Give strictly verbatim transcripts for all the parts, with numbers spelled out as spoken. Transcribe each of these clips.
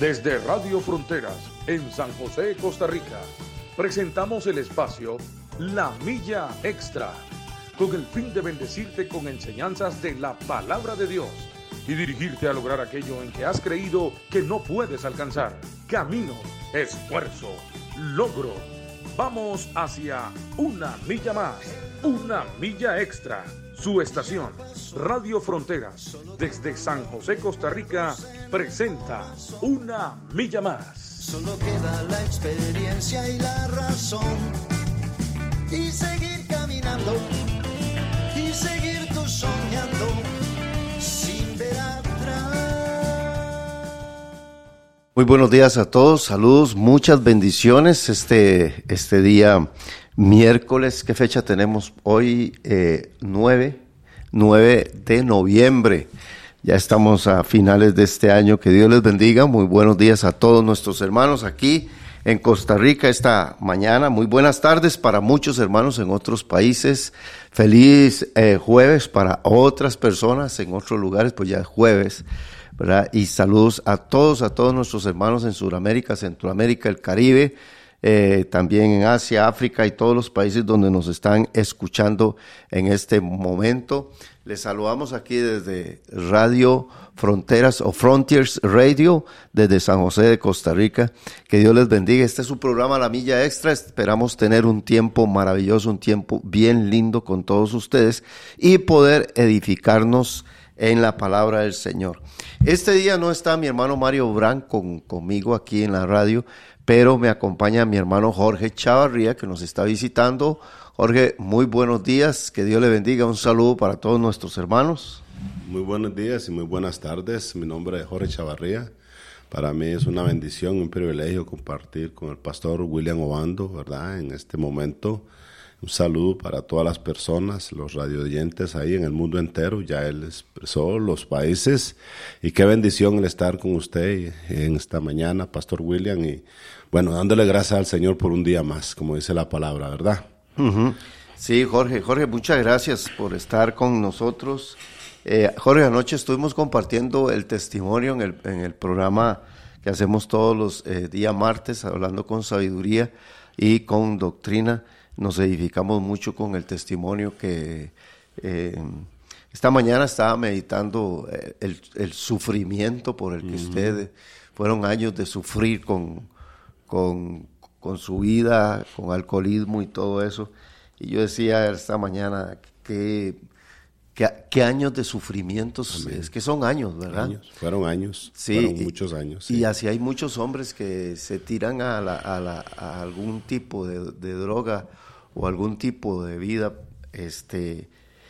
Desde Radio Fronteras, en San José, Costa Rica, presentamos el espacio La Milla Extra, con el fin de bendecirte con enseñanzas de la Palabra de Dios y dirigirte a lograr aquello en que has creído que no puedes alcanzar. Camino, esfuerzo, logro. Vamos hacia una milla más, una milla extra. Su estación, Radio Fronteras, desde San José, Costa Rica, presenta Una Milla Más. Solo queda la experiencia y la razón, y seguir caminando, y seguir tú soñando, sin ver atrás. Muy buenos días a todos, saludos, muchas bendiciones este, este día miércoles. ¿Qué fecha tenemos hoy? Eh, nueve de noviembre. Ya estamos a finales de este año. Que Dios les bendiga. Muy buenos días a todos nuestros hermanos aquí en Costa Rica esta mañana. Muy buenas tardes para muchos hermanos en otros países. Feliz eh, jueves para otras personas en otros lugares, pues ya es jueves, ¿verdad? Y saludos a todos, a todos nuestros hermanos en Sudamérica, Centroamérica, el Caribe, eh, también en Asia, África y todos los países donde nos están escuchando en este momento. Les saludamos aquí desde Radio Fronteras o Frontiers Radio, desde San José de Costa Rica. Que Dios les bendiga. Este es su programa La Milla Extra. Esperamos tener un tiempo maravilloso, un tiempo bien lindo con todos ustedes y poder edificarnos en la palabra del Señor. Este día no está mi hermano Mario Brand con, conmigo aquí en la radio, pero me acompaña mi hermano Jorge Chavarría, que nos está visitando. Jorge, muy buenos días, que Dios le bendiga, un saludo para todos nuestros hermanos. Muy buenos días y muy buenas tardes, mi nombre es Jorge Chavarría. Para mí es una bendición, un privilegio compartir con el pastor William Obando, ¿verdad? En este momento, un saludo para todas las personas, los radioyentes ahí en el mundo entero. Ya él expresó los países y qué bendición el estar con usted en esta mañana, pastor William, y bueno, dándole gracias al Señor por un día más, como dice la palabra, ¿verdad? Uh-huh. Sí, Jorge, Jorge, muchas gracias por estar con nosotros. Eh, Jorge, anoche estuvimos compartiendo el testimonio en el, en el programa que hacemos todos los eh, días martes, hablando con sabiduría y con doctrina. Nos edificamos mucho con el testimonio que eh, esta mañana estaba meditando eh, el, el sufrimiento por el que uh-huh. ustedes fueron años de sufrir con, con, con su vida, con alcoholismo y todo eso. Y yo decía esta mañana que, que, que años de sufrimientos, Amén. Es que son años, ¿verdad? Años, fueron años, sí, fueron y, muchos años. Sí. Y así hay muchos hombres que se tiran a, la, a, la, a algún tipo de, de droga o algún tipo de vida, este,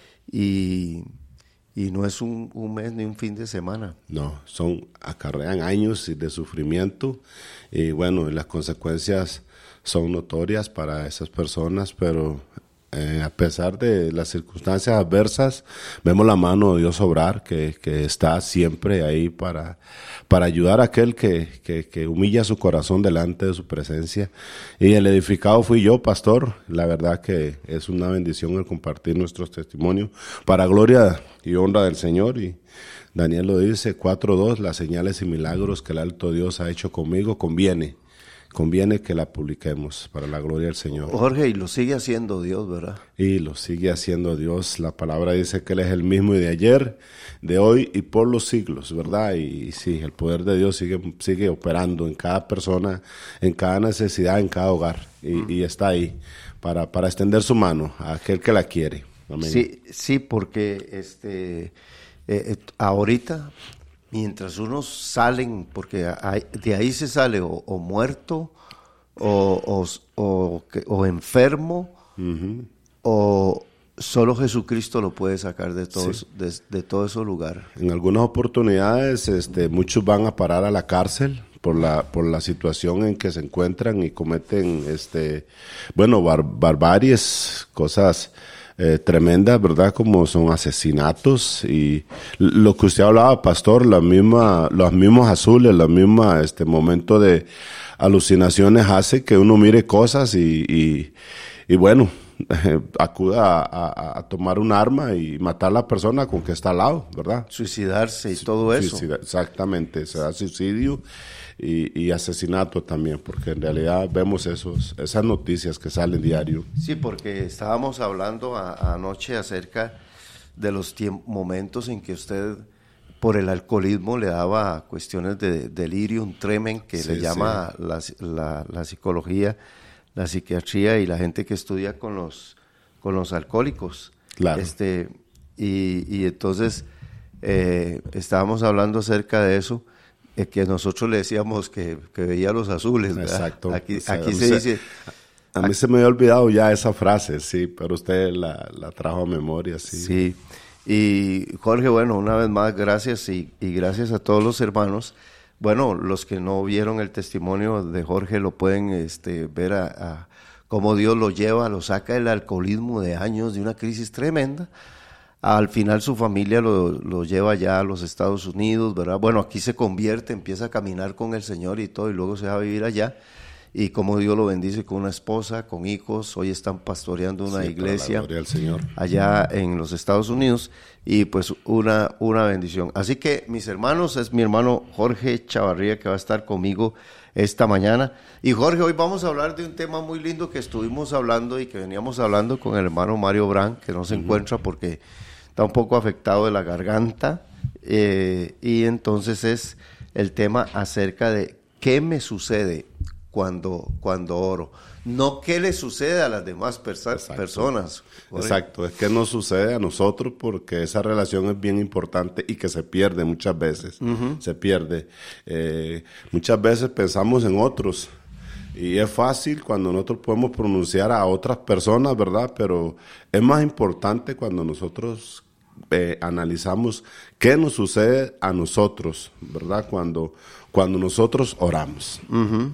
y, y no es un, un mes ni un fin de semana. No, son, acarrean años de sufrimiento, y bueno, las consecuencias son notorias para esas personas, pero eh, a pesar de las circunstancias adversas, vemos la mano de Dios obrar, que, que está siempre ahí para, para ayudar a aquel que, que, que humilla su corazón delante de su presencia. Y el edificado fui yo, pastor. La verdad que es una bendición el compartir nuestros testimonios para gloria y honra del Señor. Y Daniel lo dice, cuatro dos, las señales y milagros que el alto Dios ha hecho conmigo, conviene. Conviene que la publiquemos para la gloria del Señor. Jorge, y lo sigue haciendo Dios, ¿verdad? Y lo sigue haciendo Dios. La palabra dice que Él es el mismo y de ayer, de hoy y por los siglos, ¿verdad? Y, y sí, el poder de Dios sigue, sigue operando en cada persona, en cada necesidad, en cada hogar. Y, mm. y está ahí para, para extender su mano a aquel que la quiere. Amén. Sí, sí, porque este, eh, ahorita... Mientras unos salen, porque hay, de ahí se sale o, o muerto, o, o, o, o enfermo, uh-huh. o solo Jesucristo lo puede sacar de todos, sí. de, de todo ese lugar. En algunas oportunidades este, muchos van a parar a la cárcel por la por la situación en que se encuentran y cometen, este bueno, bar, barbaries, cosas... Eh, tremendas, ¿verdad? Como son asesinatos y lo que usted hablaba, pastor, la misma, los mismos azules, la misma, este momento de alucinaciones hace que uno mire cosas y, y, y bueno, eh, acuda a, a, a tomar un arma y matar a la persona con que está al lado, ¿verdad? Suicidarse y todo eso. Suicida, exactamente, se da suicidio. y, y asesinato también, porque en realidad vemos esos, esas noticias que salen diario. Sí, porque estábamos hablando a, anoche acerca de los tiemp- momentos en que usted, por el alcoholismo, le daba cuestiones de delirium tremens, que sí, le llama sí. la, la, la psicología, la psiquiatría y la gente que estudia con los, con los alcohólicos. Claro. Este, y, y entonces eh, estábamos hablando acerca de eso, eh, que nosotros le decíamos que, que veía los azules, ¿verdad? Exacto. Aquí, o sea, aquí se, se dice... A mí aquí, se me había olvidado ya esa frase, sí, pero usted la, la trajo a memoria, sí. Sí, y Jorge, bueno, una vez más, gracias y, y gracias a todos los hermanos. Bueno, los que no vieron el testimonio de Jorge lo pueden este, ver a, a cómo Dios lo lleva, lo saca del alcoholismo de años, de una crisis tremenda. Al final su familia lo, lo lleva ya a los Estados Unidos, ¿verdad? Bueno, aquí se convierte, empieza a caminar con el Señor y todo, y luego se va a vivir allá. Y cómo Dios lo bendice con una esposa, con hijos. Hoy están pastoreando una sí, iglesia gloria al Señor. Allá en los Estados Unidos, y pues una, una bendición. Así que, mis hermanos, es mi hermano Jorge Chavarría que va a estar conmigo esta mañana. Y Jorge, hoy vamos a hablar de un tema muy lindo que estuvimos hablando y que veníamos hablando con el hermano Mario Brand, que no se uh-huh. encuentra porque está un poco afectado de la garganta, eh, y entonces es el tema acerca de qué me sucede cuando, cuando oro. No qué le sucede a las demás persa- Exacto. personas. Exacto, es que nos sucede a nosotros porque esa relación es bien importante y que se pierde muchas veces. Uh-huh. Se pierde. Eh, muchas veces pensamos en otros y es fácil cuando nosotros podemos pronunciar a otras personas, ¿verdad? Pero es más importante cuando nosotros eh, analizamos qué nos sucede a nosotros, ¿verdad? Cuando, cuando nosotros oramos. Uh-huh.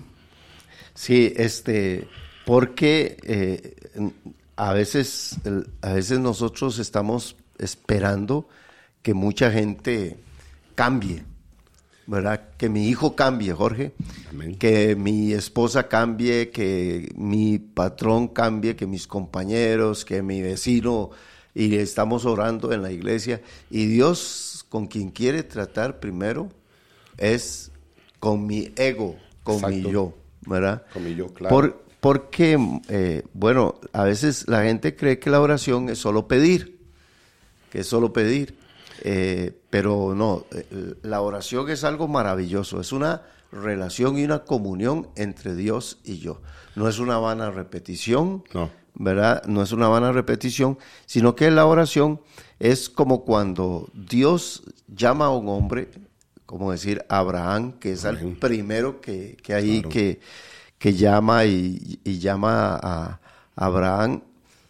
Sí, este, porque eh, a veces, a veces nosotros estamos esperando que mucha gente cambie, ¿verdad? Que mi hijo cambie, Jorge, Amén. Que mi esposa cambie, que mi patrón cambie, que mis compañeros, que mi vecino, y estamos orando en la iglesia, y Dios con quien quiere tratar primero es con mi ego, con Exacto. mi yo. ¿Verdad? Como yo, claro. Por, porque, eh, bueno, a veces la gente cree que la oración es solo pedir, que es solo pedir, eh, pero no, eh, la oración es algo maravilloso, es una relación y una comunión entre Dios y yo. No es una vana repetición, no. ¿verdad? No es una vana repetición, sino que la oración es como cuando Dios llama a un hombre, como decir Abraham, que es Amén. El primero que, que ahí claro. que, que llama y, y llama a, a Abraham,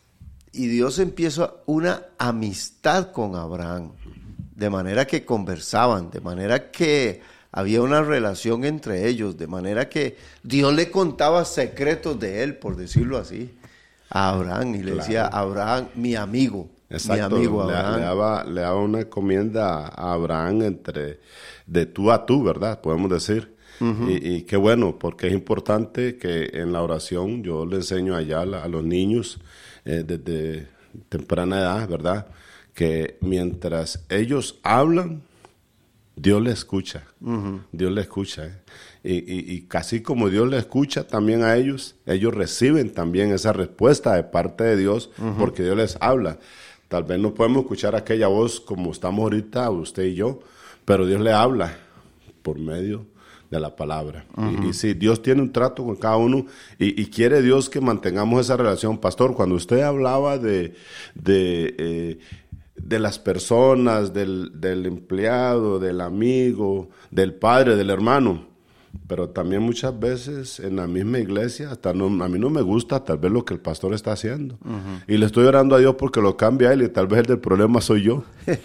y Dios empieza una amistad con Abraham, de manera que conversaban, de manera que había una relación entre ellos, de manera que Dios le contaba secretos de él, por decirlo así, a Abraham, y le claro. decía, Abraham, mi amigo. Exacto, mi amigo le, Abraham. Le, daba, le daba una encomienda a Abraham entre de tú a tú, ¿verdad? Podemos decir. Uh-huh. Y, y qué bueno, porque es importante que en la oración yo le enseño allá a, a los niños eh, desde temprana edad, ¿verdad? Que mientras ellos hablan, Dios les escucha. Uh-huh. Dios les escucha. ¿eh? Y, y, y casi como Dios les escucha también a ellos, ellos reciben también esa respuesta de parte de Dios, uh-huh. porque Dios les habla. Tal vez no podemos escuchar aquella voz como estamos ahorita, usted y yo, pero Dios le habla por medio de la palabra. Uh-huh. Y, y sí, Dios tiene un trato con cada uno y, y quiere Dios que mantengamos esa relación. Pastor, cuando usted hablaba de, de, eh, de las personas, del, del empleado, del amigo, del padre, del hermano, pero también muchas veces en la misma iglesia, hasta no, a mí no me gusta tal vez lo que el pastor está haciendo. Uh-huh. Y le estoy orando a Dios porque lo cambie a él y tal vez el del problema soy yo.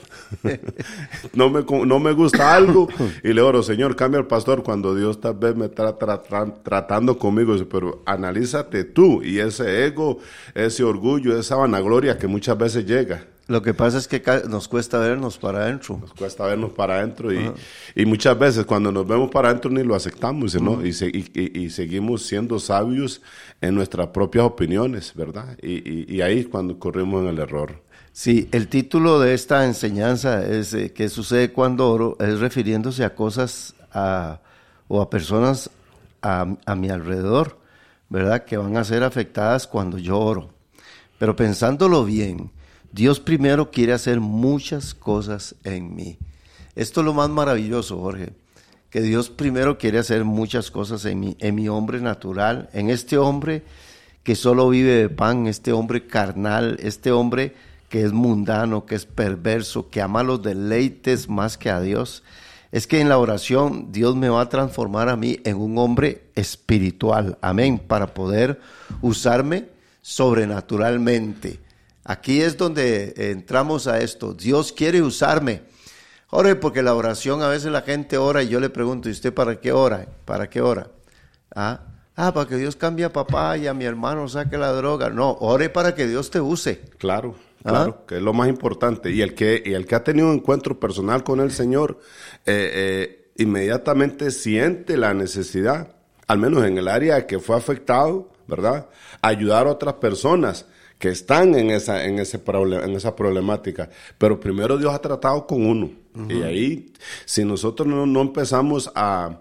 no, me, no me gusta algo y le oro, Señor, cambia al pastor cuando Dios tal vez me está tra- tra- tratando conmigo. Pero analízate tú y ese ego, ese orgullo, esa vanagloria que muchas veces llega. Lo que pasa es que nos cuesta vernos para adentro. Nos cuesta vernos para adentro y, uh-huh. y muchas veces cuando nos vemos para adentro ni lo aceptamos, ¿no? Uh-huh. y, se, y, y, y seguimos siendo sabios en nuestras propias opiniones, ¿verdad? Y, y, y ahí es cuando corrimos en el error. Sí, el título de esta enseñanza es eh, ¿qué sucede cuando oro? Es refiriéndose a cosas, a o a personas a, a mi alrededor, ¿verdad? Que van a ser afectadas cuando yo oro. Pero pensándolo bien, Dios primero quiere hacer muchas cosas en mí. Esto es lo más maravilloso, Jorge, que Dios primero quiere hacer muchas cosas en mí, en mi hombre natural, en este hombre que solo vive de pan, este hombre carnal, este hombre que es mundano, que es perverso, que ama los deleites más que a Dios. Es que en la oración Dios me va a transformar a mí en un hombre espiritual, amén, para poder usarme sobrenaturalmente. Aquí es donde entramos a esto. Dios quiere usarme. Ore, porque la oración, a veces la gente ora y yo le pregunto, ¿y usted para qué ora? ¿Para qué ora? Ah, ah, para que Dios cambie a papá y a mi hermano saque la droga. No, ore para que Dios te use. Claro, claro, ¿ah? Que es lo más importante. Y el que, y el que ha tenido un encuentro personal con el Señor, eh, eh, inmediatamente siente la necesidad, al menos en el área que fue afectado, ¿verdad? Ayudar a otras personas que están en esa, en ese problema, en esa problemática. Pero primero Dios ha tratado con uno. Uh-huh. Y ahí, si nosotros no, no empezamos a...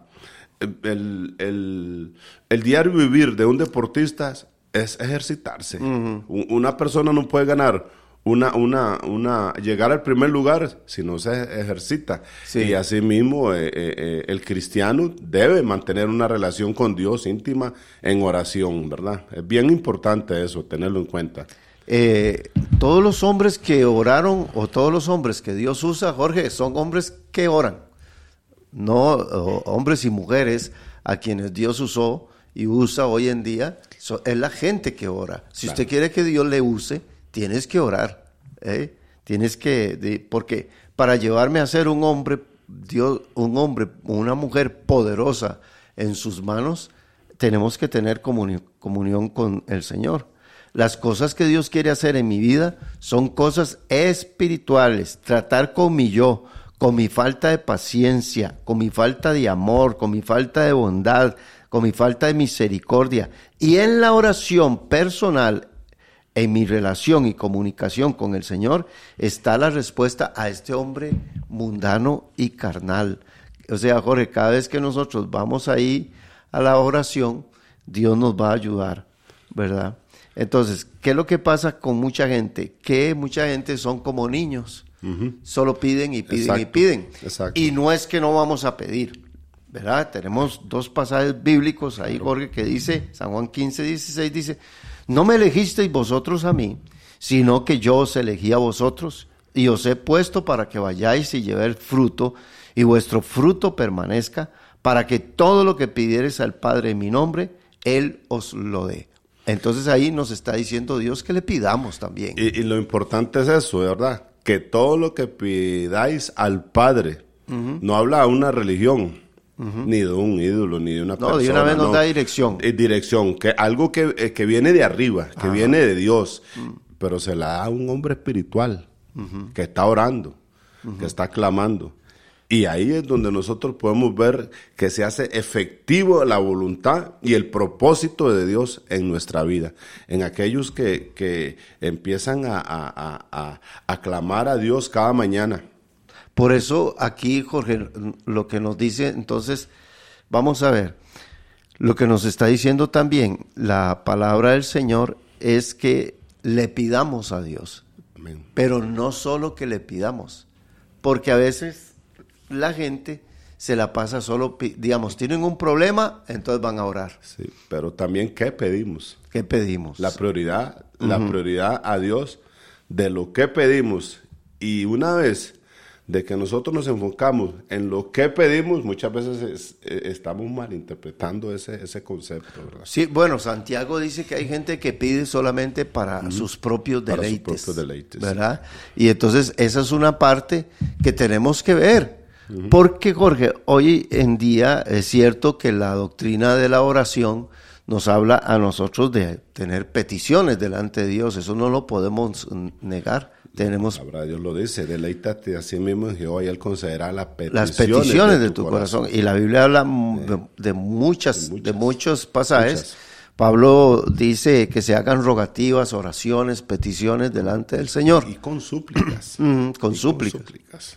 El, el, el diario vivir de un deportista es ejercitarse. Uh-huh. Una persona no puede ganar una, una, una, llegar al primer lugar si no se ejercita. Sí. Y así mismo eh, eh, el cristiano debe mantener una relación con Dios íntima en oración, ¿verdad? Es bien importante eso, tenerlo en cuenta. Eh, todos los hombres que oraron o todos los hombres que Dios usa, Jorge, son hombres que oran. No oh, hombres y mujeres a quienes Dios usó y usa hoy en día, so, es la gente que ora. Si claro. Usted quiere que Dios le use, tienes que orar, ¿eh? Tienes que, de, porque para llevarme a ser un hombre, Dios, un hombre, una mujer poderosa en sus manos, tenemos que tener comunión, comunión con el Señor. Las cosas que Dios quiere hacer en mi vida son cosas espirituales, tratar con mi yo, con mi falta de paciencia, con mi falta de amor, con mi falta de bondad, con mi falta de misericordia. Y en la oración personal, en mi relación y comunicación con el Señor, está la respuesta a este hombre mundano y carnal. O sea, Jorge, cada vez que nosotros vamos ahí a la oración, Dios nos va a ayudar, ¿verdad? Entonces, ¿qué es lo que pasa con mucha gente? Que mucha gente son como niños, uh-huh. Solo piden y piden exacto, y piden. Exacto. Y no es que no vamos a pedir, ¿verdad? Tenemos dos pasajes bíblicos ahí, claro. Jorge, que dice, San Juan quince, dieciséis, dice, no me elegisteis vosotros a mí, sino que yo os elegí a vosotros, y os he puesto para que vayáis y llevéis fruto, y vuestro fruto permanezca, para que todo lo que pidiereis al Padre en mi nombre, Él os lo dé. Entonces ahí nos está diciendo Dios que le pidamos también. Y, y lo importante es eso, ¿verdad? Que todo lo que pidáis al Padre, uh-huh. No habla de una religión, uh-huh. Ni de un ídolo, ni de una no, persona. No, de una vez nos no, da dirección. Dirección, que algo que, eh, que viene de arriba, que ajá. Viene de Dios, uh-huh. Pero se la da a un hombre espiritual, uh-huh. Que está orando, uh-huh. Que está clamando. Y ahí es donde nosotros podemos ver que se hace efectivo la voluntad y el propósito de Dios en nuestra vida. En aquellos que, que empiezan a, a, a, a clamar a Dios cada mañana. Por eso aquí, Jorge, lo que nos dice, entonces, vamos a ver, lo que nos está diciendo también la palabra del Señor es que le pidamos a Dios. Amén. Pero no solo que le pidamos, porque a veces la gente se la pasa solo, digamos, tienen un problema, entonces van a orar. Sí, pero también, ¿qué pedimos? ¿Qué pedimos? La prioridad, uh-huh. La prioridad a Dios de lo que pedimos. Y una vez de que nosotros nos enfocamos en lo que pedimos, muchas veces es, es, estamos malinterpretando ese, ese concepto, ¿verdad? Sí, bueno, Santiago dice que hay gente que pide solamente para uh-huh. sus propios deleites, para sus propios deleites, ¿verdad? Y entonces esa es una parte que tenemos que ver. Porque, Jorge, hoy en día es cierto que la doctrina de la oración nos habla a nosotros de tener peticiones delante de Dios, eso no lo podemos negar. Tenemos, la palabra de Dios lo dice, deleítate a sí mismo en Jehová y Él concederá las peticiones, las peticiones de, de tu, tu corazón. corazón. Y la Biblia habla de, de, muchas, de, muchas, de muchos pasajes. Muchas. Pablo dice que se hagan rogativas, oraciones, peticiones delante del Señor. Y con súplicas. Mm, con, y súplicas. con súplicas.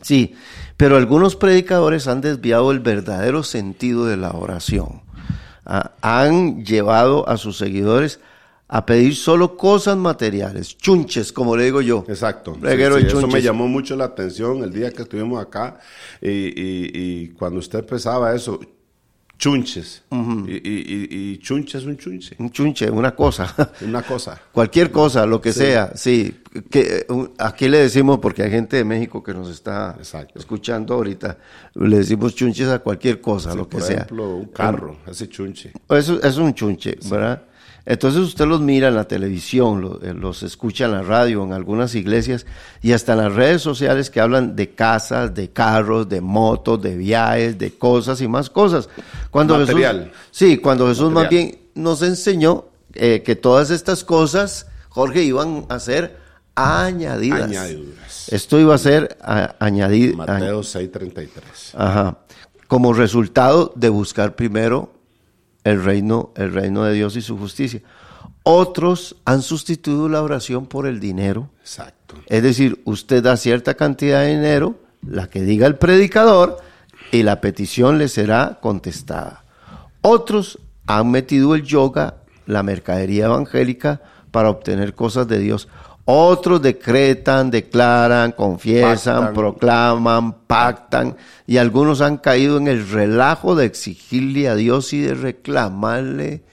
Sí, pero algunos predicadores han desviado el verdadero sentido de la oración. Ah, han llevado a sus seguidores a pedir solo cosas materiales, chunches, como le digo yo. Exacto. Reguero Sí, de sí, eso chunches. me llamó mucho la atención el día que estuvimos acá y, y, y cuando usted pensaba eso, chunches. Uh-huh. y, y, y chunche es un chunche. Un chunche, una cosa. Una cosa. Cualquier cosa, lo que Sí. sea, sí. Que, uh, aquí le decimos, porque hay gente de México que nos está Exacto. escuchando ahorita, le decimos chunches a cualquier cosa, Sí, lo que por sea. ejemplo, un carro, ese chunche. Eso es un chunche, Sí. ¿verdad? Entonces usted los mira en la televisión, lo- eh, los escucha en la radio, en algunas iglesias y hasta en las redes sociales que hablan de casas, de carros, de motos, de viajes, de cosas y más cosas. Cuando Material. Jesús, sí, cuando Jesús Material. más bien nos enseñó eh, que todas estas cosas, Jorge, iban a ser añadidas. Añadiduras. Esto iba a ser a- añadido. Mateo seis treinta y tres. Ajá. Como resultado de buscar primero el reino, el reino de Dios y su justicia. Otros han sustituido la oración por el dinero. Exacto. Es decir, usted da cierta cantidad de dinero, la que diga el predicador, y la petición le será contestada. Otros han metido el yoga, la mercadería evangélica, para obtener cosas de Dios. Otros decretan, declaran, confiesan, Pactan. proclaman, pactan, y algunos han caído en el relajo de exigirle a Dios y de reclamarle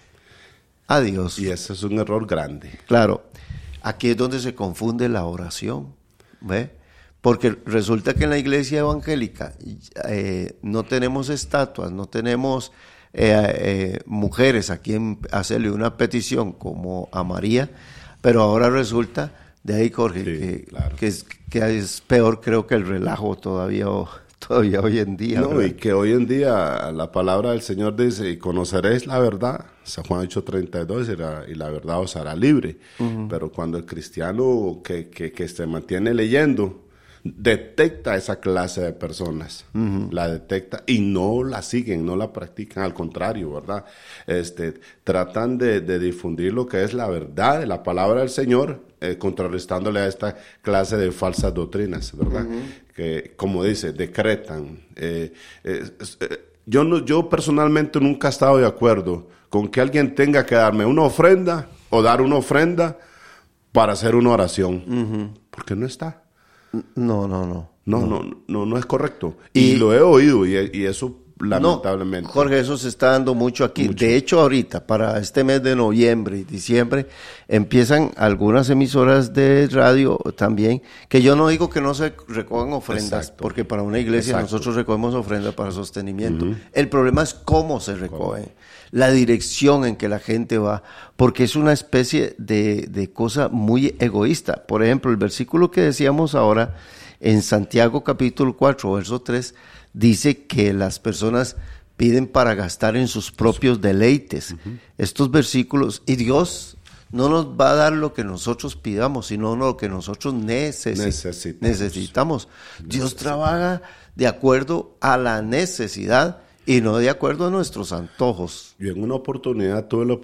a Dios. Y ese es un error grande. Claro, aquí es donde se confunde la oración, ¿ve? Porque resulta que en la iglesia evangélica eh, no tenemos estatuas, no tenemos eh, eh, mujeres a quien hacerle una petición como a María, pero ahora resulta, de ahí Jorge, Sí, que, claro. que, es, que es peor creo que el relajo todavía, todavía hoy en día. No, ¿verdad? y que hoy en día la palabra del Señor dice, y conoceréis la verdad, San Juan ocho treinta y dos, y la, y la verdad os hará libre. Uh-huh. Pero cuando el cristiano que, que, que se mantiene leyendo, detecta esa clase de personas, uh-huh. la detecta y no la siguen, no la practican, al contrario, ¿verdad? Este, tratan de, de difundir lo que es la verdad de la palabra del Señor, eh, contrarrestándole a esta clase de falsas doctrinas, ¿verdad? Uh-huh. Que, como dice, decretan. Eh, eh, eh, yo, no, yo personalmente nunca he estado de acuerdo con que alguien tenga que darme una ofrenda o dar una ofrenda para hacer una oración, uh-huh. porque no está. No, no, no. No, no, no, no, no es correcto. Y, y lo he oído y, y eso lamentablemente. No, Jorge, eso se está dando mucho aquí. Mucho. De hecho, ahorita, para este mes de noviembre y diciembre, empiezan algunas emisoras de radio también, que yo no digo que no se recojan ofrendas, exacto. porque para una iglesia exacto. nosotros recogemos ofrendas para sostenimiento. Uh-huh. El problema es cómo se recogen. ¿Cómo? La dirección en que la gente va, porque es una especie de, de cosa muy egoísta. Por ejemplo, el versículo que decíamos ahora en Santiago capítulo cuatro, verso tres, dice que las personas piden para gastar en sus propios deleites. Uh-huh. Estos versículos, y Dios no nos va a dar lo que nosotros pidamos, sino lo que nosotros necesi- necesitamos. necesitamos. Dios necesitamos. Trabaja de acuerdo a la necesidad y no de acuerdo a nuestros antojos. Yo en una oportunidad tuve, lo,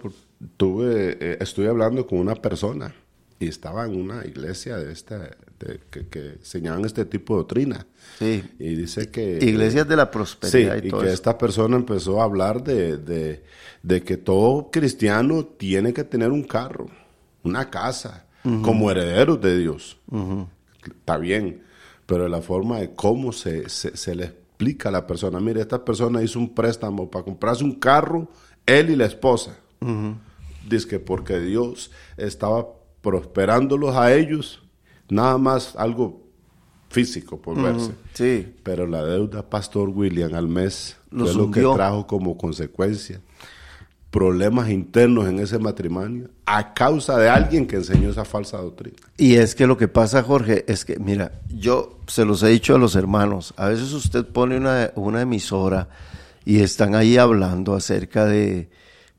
tuve eh, estuve hablando con una persona y estaba en una iglesia de esta de, que, que enseñaban este tipo de doctrina. Sí. Y dice que iglesias de la prosperidad. Sí, y, y todo que eso. esta persona empezó a hablar de, de, de que todo cristiano tiene que tener un carro, una casa, uh-huh. como herederos de Dios. Uh-huh. Está bien, pero la forma de cómo se, se, se le explica a la persona, mire, esta persona hizo un préstamo para comprarse un carro, él y la esposa. Uh-huh. Dice que porque Dios estaba prosperándolos a ellos, nada más algo físico por uh-huh. verse. Sí. Pero la deuda, Pastor William, al mes Los fue lo hundió. que trajo como consecuencia problemas internos en ese matrimonio a causa de alguien que enseñó esa falsa doctrina. Y es que lo que pasa, Jorge, es que, mira, yo se los he dicho a los hermanos, a veces usted pone una, una emisora y están ahí hablando acerca de,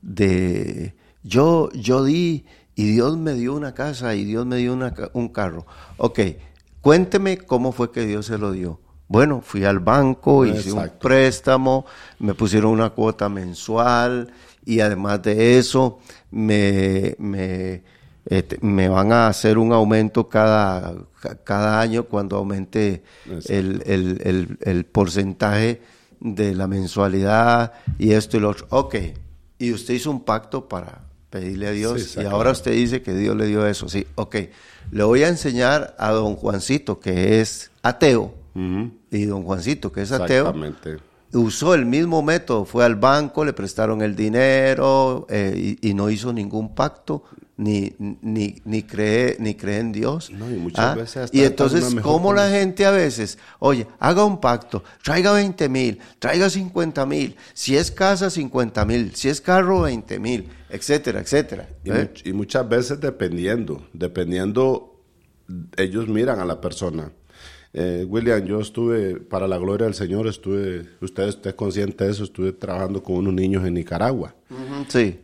de yo, yo di y Dios me dio una casa y Dios me dio una, un carro. Ok, cuénteme cómo fue que Dios se lo dio. Bueno, fui al banco, hice Exacto. un préstamo, me pusieron una cuota mensual y además de eso me, me eh, te, me van a hacer un aumento cada, cada año cuando aumente el, el, el, el porcentaje de la mensualidad y esto y lo otro. Ok, y usted hizo un pacto para pedirle a Dios sí, y ahora usted dice que Dios le dio eso. Sí, ok, le voy a enseñar a don Juancito, que es ateo, uh-huh. y don Juancito, que es ateo, usó el mismo método, fue al banco, le prestaron el dinero eh, y, y no hizo ningún pacto, ni ni ni cree ni cree en Dios. No, y muchas ¿Ah? veces hasta y entonces, ¿cómo la gente a veces, oye, haga un pacto, traiga veinte mil, traiga cincuenta mil, si es casa, cincuenta mil, si es carro, veinte mil, etcétera, etcétera? Y, ¿eh? much, y muchas veces dependiendo, dependiendo, ellos miran a la persona. Eh, William, yo estuve, para la gloria del Señor, estuve, usted esté consciente de eso, estuve trabajando con unos niños en Nicaragua. Uh-huh, sí.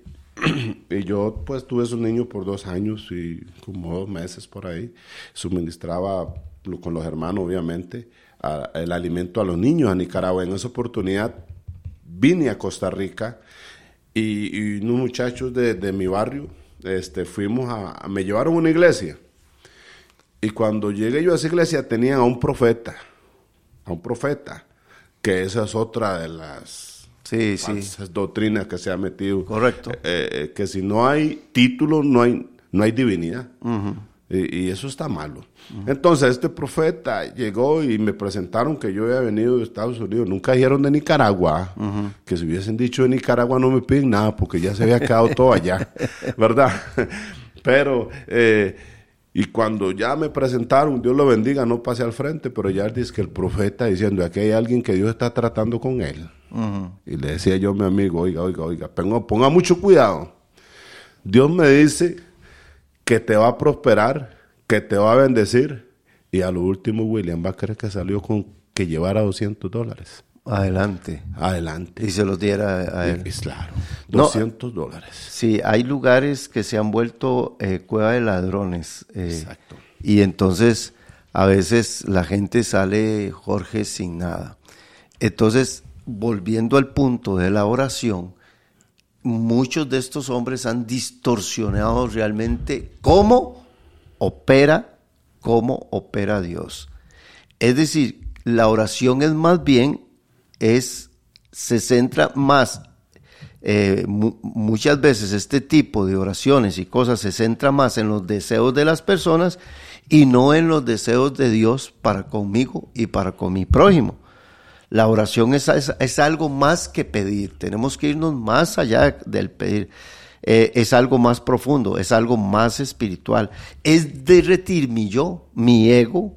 Y yo pues tuve esos niños por dos años y como dos meses por ahí. Suministraba con los hermanos, obviamente, a, el alimento a los niños a Nicaragua. En esa oportunidad vine a Costa Rica y, y unos muchachos de, de mi barrio este, fuimos a, a, me llevaron a una iglesia. Y cuando llegué yo a esa iglesia tenían a un profeta, a un profeta, que esa es otra de las sí, falsas sí. doctrinas que se ha metido. Correcto. Eh, eh, que si no hay título, no hay, no hay divinidad. Uh-huh. Y, y eso está malo. Uh-huh. Entonces este profeta llegó y me presentaron que yo había venido de Estados Unidos. Nunca dijeron de Nicaragua. Uh-huh. Que si hubiesen dicho de Nicaragua no me piden nada porque ya se había quedado todo allá. ¿Verdad? Pero... Eh, Y cuando ya me presentaron, Dios lo bendiga, no pase al frente, pero ya dice que el profeta diciendo, aquí hay alguien que Dios está tratando con él. Uh-huh. Y le decía yo a mi amigo, oiga, oiga, oiga, ponga, ponga mucho cuidado. Dios me dice que te va a prosperar, que te va a bendecir, y a lo último William va a creer que salió con que llevara doscientos dólares. Adelante. Adelante. Y se los diera a él. Y, claro, doscientos dólares. Sí, hay lugares que se han vuelto eh, cueva de ladrones. Eh, Exacto. Y entonces, a veces la gente sale, Jorge, sin nada. Entonces, volviendo al punto de la oración, muchos de estos hombres han distorsionado realmente cómo opera, cómo opera Dios. Es decir, la oración es más bien es se centra más, eh, mu- muchas veces este tipo de oraciones y cosas se centra más en los deseos de las personas y no en los deseos de Dios para conmigo y para con mi prójimo. La oración es, es, es algo más que pedir, tenemos que irnos más allá del pedir, eh, es algo más profundo, es algo más espiritual, es derretir mi yo, mi ego,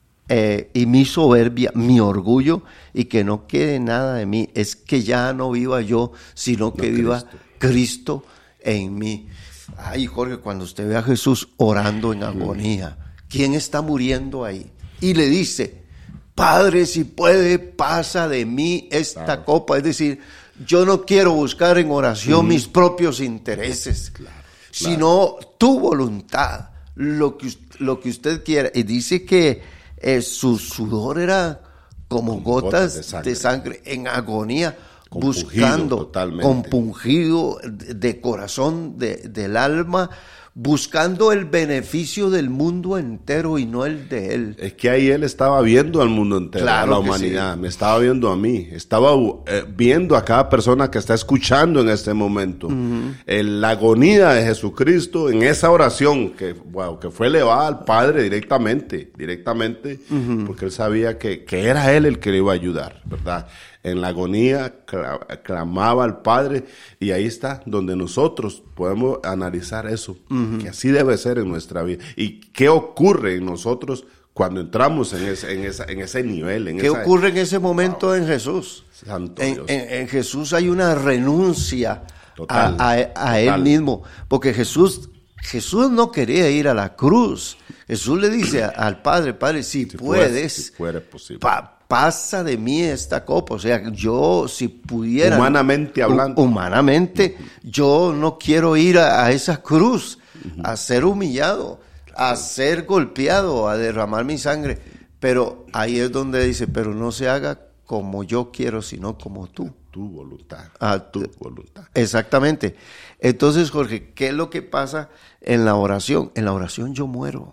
Eh, y mi soberbia, mi orgullo, y que no quede nada de mí, es que ya no viva yo, sino que no, viva Cristo. Cristo en mí. Ay, Jorge, cuando usted ve a Jesús orando en agonía, ¿quién está muriendo ahí? Y le dice, Padre, si puede, pasa de mí esta claro. copa. Es decir, yo no quiero buscar en oración mm. mis propios intereses, claro, claro. sino tu voluntad, lo que, lo que usted quiera. Y dice que Eh, su sudor era como, como gotas, gotas de, sangre. de sangre en agonía, compungido, buscando, totalmente. compungido de, de corazón, de, del alma, buscando el beneficio del mundo entero y no el de él. Es que ahí él estaba viendo al mundo entero, claro a la humanidad, sí. me estaba viendo a mí, estaba eh, viendo a cada persona que está escuchando en este momento. Uh-huh. El, la agonía de Jesucristo en esa oración que, wow, que fue elevada al Padre directamente, directamente, uh-huh. porque él sabía que, que era él el que le iba a ayudar, ¿verdad? En la agonía clamaba al Padre y ahí está donde nosotros podemos analizar eso, uh-huh. que así debe ser en nuestra vida. ¿Y qué ocurre en nosotros cuando entramos en ese, en esa, en ese nivel? En ¿Qué esa, ocurre en ese momento wow. en Jesús? Santo en, Dios. En, en Jesús hay una renuncia total, a, a, a total. él mismo, porque Jesús, Jesús no quería ir a la cruz. Jesús le dice al Padre, Padre, si, si puedes, puedes si fuera posible. Pa, pasa de mí esta copa. O sea, yo si pudiera... Humanamente hablando. Humanamente, uh-huh. yo no quiero ir a, a esa cruz, uh-huh. a ser humillado, claro. a ser golpeado, a derramar mi sangre. Pero ahí es donde dice, pero no se haga como yo quiero, sino como tú. tu voluntad. A tu voluntad. Exactamente. Entonces, Jorge, ¿qué es lo que pasa en la oración? En la oración yo muero.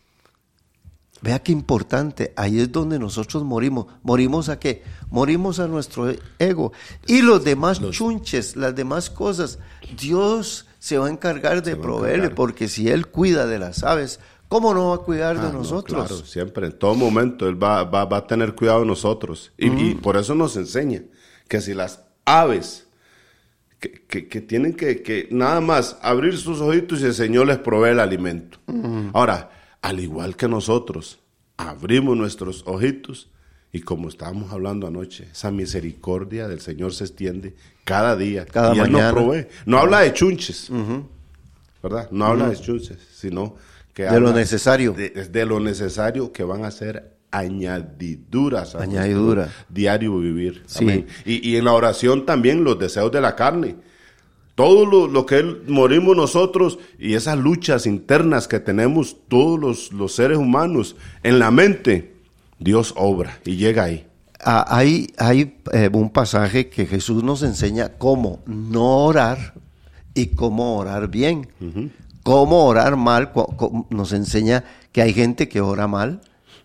Vea qué importante, ahí es donde nosotros morimos. ¿Morimos a qué? Morimos a nuestro ego. Y los demás los, chunches, las demás cosas, Dios se va a encargar de proveerle, porque si Él cuida de las aves, ¿cómo no va a cuidar ah, de nosotros? No, claro, siempre, en todo momento Él va, va, va a tener cuidado de nosotros. Y, mm. y por eso nos enseña que si las aves que, que, que tienen que, que nada más abrir sus ojitos y el Señor les provee el alimento. Mm. Ahora, al igual que nosotros, abrimos nuestros ojitos y como estábamos hablando anoche, esa misericordia del Señor se extiende cada día. Cada y mañana. Él nos provee. No uh-huh. habla de chunches, uh-huh. ¿verdad? No uh-huh. habla de chunches, sino que de lo necesario. De, de lo necesario que van a ser añadiduras a Añadidura. diario vivir. Sí. Amén. Y, y en la oración también los deseos de la carne. Todo lo, lo que morimos nosotros y esas luchas internas que tenemos todos los, los seres humanos en la mente, Dios obra y llega ahí. Ah, hay hay eh, un pasaje que Jesús nos enseña cómo no orar y cómo orar bien. Uh-huh. Cómo orar mal, cu- cu- nos enseña que hay gente que ora mal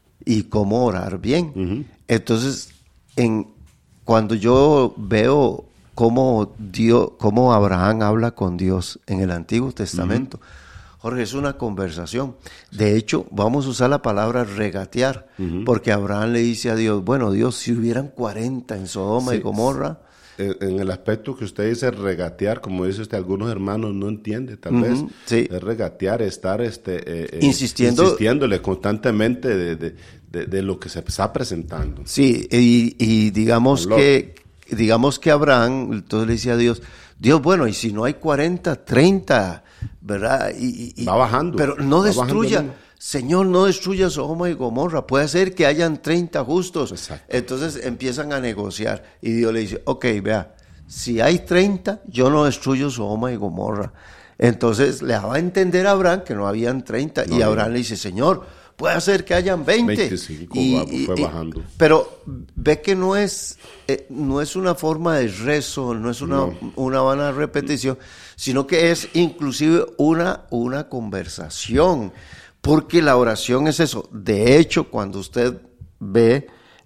y cómo orar bien. Uh-huh. Entonces, en, cuando yo veo cómo Dios, cómo Abraham habla con Dios en el Antiguo Testamento. Uh-huh. Jorge, es una conversación. De hecho, vamos a usar la palabra regatear, uh-huh. porque Abraham le dice a Dios, bueno, Dios, si hubieran cuarenta en Sodoma sí. y Gomorra. En, en el aspecto que usted dice regatear, como dice usted, algunos hermanos no entiende, tal uh-huh. vez. Sí. Es regatear, estar este, eh, Insistiendo. insistiéndole constantemente de, de, de, de lo que se está presentando. Sí, y, y digamos Olor. que... Digamos que Abraham, entonces le decía a Dios, Dios, bueno, y si no hay cuarenta, treinta, ¿verdad? Y, y, va bajando. Pero no va destruya, Señor, no destruya Sodoma y Gomorra, puede ser que hayan treinta justos. Exacto. Entonces empiezan a negociar y Dios le dice, ok, vea, si hay treinta, yo no destruyo Sodoma y Gomorra. Entonces le daba a entender a Abraham que no habían treinta no, y Abraham no. le dice, Señor, puede ser que hayan veinte. veinticinco y, va, fue y, bajando. Pero ve que no es, eh, no es una forma de rezo, no es una, no. una vana repetición, sino que es inclusive una, una conversación. Porque la oración es eso. De hecho, cuando usted ve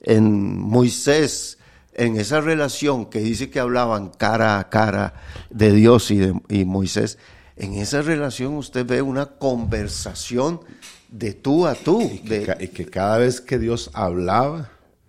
en Moisés, en esa relación que dice que hablaban cara a cara de Dios y, de, y Moisés, en esa relación usted ve una conversación de tú a tú. Y que, de, y que cada vez que Dios hablaba,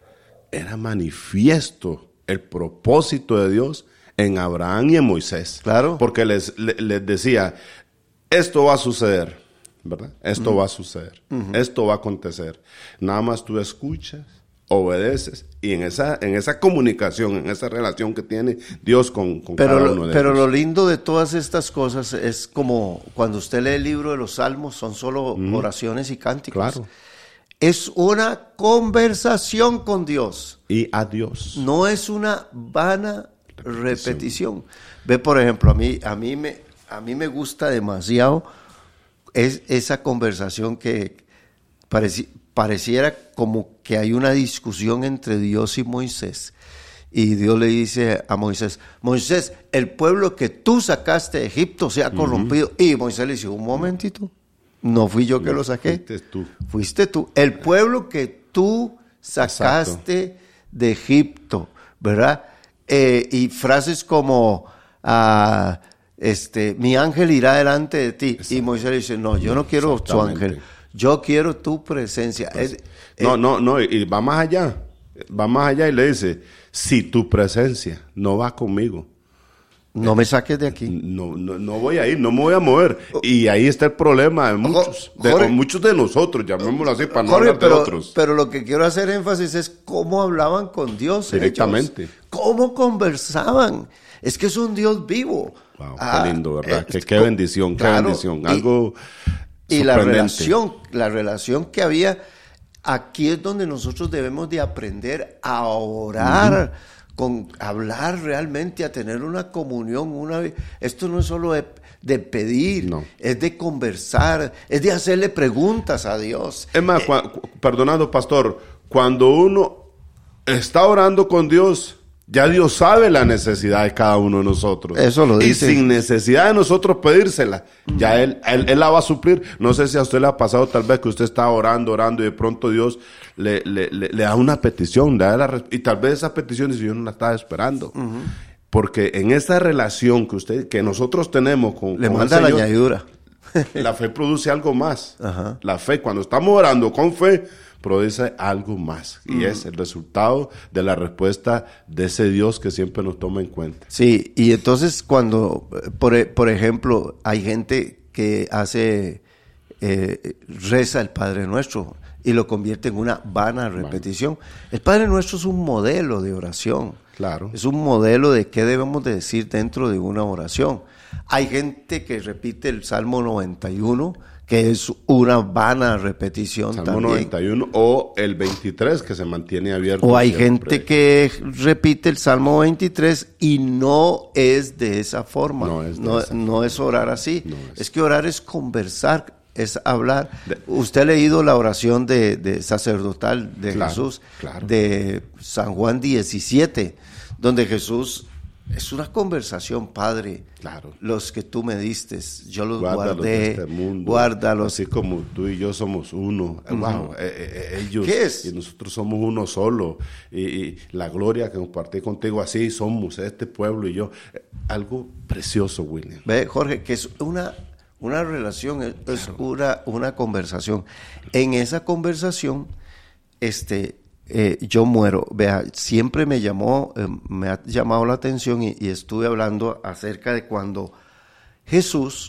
era manifiesto el propósito de Dios en Abraham y en Moisés. Claro. Porque les, les, les decía, esto va a suceder, ¿verdad? Esto uh-huh. va a suceder, uh-huh. esto va a acontecer. Nada más tú escuchas, obedeces, y en esa, en esa comunicación, en esa relación que tiene Dios con, con pero, cada uno de pero ellos. Pero lo lindo de todas estas cosas es como cuando usted lee el libro de los Salmos, son solo uh-huh. oraciones y cánticos. Claro. Es una conversación con Dios. Y a Dios. No es una vana repetición. repetición. Ve, por ejemplo, a mí, a mí me, a mí me gusta demasiado es esa conversación que pareci, pareciera como que hay una discusión entre Dios y Moisés. Y Dios le dice a Moisés, Moisés, el pueblo que tú sacaste de Egipto se ha corrompido. Uh-huh. Y Moisés le dice, un momentito, no fui yo que no, lo saqué. Fuiste tú. Fuiste tú. El pueblo que tú sacaste Exacto. de Egipto, ¿verdad? Eh, y frases como, ah, este, mi ángel irá delante de ti. Exacto. Y Moisés le dice, no, yo no quiero tu ángel, yo quiero tu presencia. Pues, es, no, eh, no, no, y va más allá, va más allá y le dice, si tu presencia no va conmigo, no me saques de aquí. No, no, no voy a ir, no me voy a mover. Y ahí está el problema de muchos, de, Jorge, muchos de nosotros, llamémoslo así, para no Jorge, hablar de pero, otros. Pero lo que quiero hacer énfasis es cómo hablaban con Dios. Directamente. Ellos, cómo conversaban. Es que es un Dios vivo. Wow, ah, qué lindo, ¿verdad? Eh, que, qué bendición, claro, qué bendición. Algo y, y la relación, la relación que había, aquí es donde nosotros debemos de aprender a orar. Uh-huh. Con hablar realmente, a tener una comunión, una esto no es solo de, de pedir, no. es de conversar, es de hacerle preguntas a Dios. Es más, eh, cu- perdonado pastor, cuando uno está orando con Dios, Ya Dios sabe la necesidad de cada uno de nosotros. Eso lo dice. Y sin necesidad de nosotros pedírsela, mm. ya él, él, él la va a suplir. No sé si a usted le ha pasado tal vez que usted está orando, orando y de pronto Dios le, le, le, le da una petición. Le da la, y tal vez esa petición dice, yo no la estaba esperando. Uh-huh. Porque en esta relación que usted, que nosotros tenemos con, le con manda el Señor, la añadidura. La fe produce algo más. Uh-huh. La fe, cuando estamos orando con fe, produce algo más. Y mm. es el resultado de la respuesta de ese Dios que siempre nos toma en cuenta. Sí, y entonces cuando, por, por ejemplo, hay gente que hace, eh, reza el Padre Nuestro y lo convierte en una vana repetición. Bueno. El Padre Nuestro es un modelo de oración. Claro. Es un modelo de qué debemos de decir dentro de una oración. Hay gente que repite el Salmo noventa y uno, que es una vana repetición Salmo también. noventa y uno o el veintitrés que se mantiene abierto. O hay siempre. gente que repite el Salmo veintitrés y no es de esa forma. No es, de no, esa no forma. es orar así. No es. es que orar es conversar, es hablar. De, Usted ha leído la oración de, de sacerdotal de claro, Jesús, claro. de San Juan diecisiete, donde Jesús... Es una conversación, Padre. Claro. Los que tú me diste, yo los guárdalos guardé. de este mundo, guárdalos. Así como tú y yo somos uno. Uh-huh. Wow, eh, eh, ellos ¿Qué es? Y nosotros somos uno solo. Y, y la gloria que compartí contigo, así somos este pueblo y yo. Eh, algo precioso, William. Ve, Jorge, que es una, una relación, es, claro. es una, una conversación. En esa conversación, este... Eh, yo muero. Vea, siempre me llamó, eh, me ha llamado la atención y, y estuve hablando acerca de cuando Jesús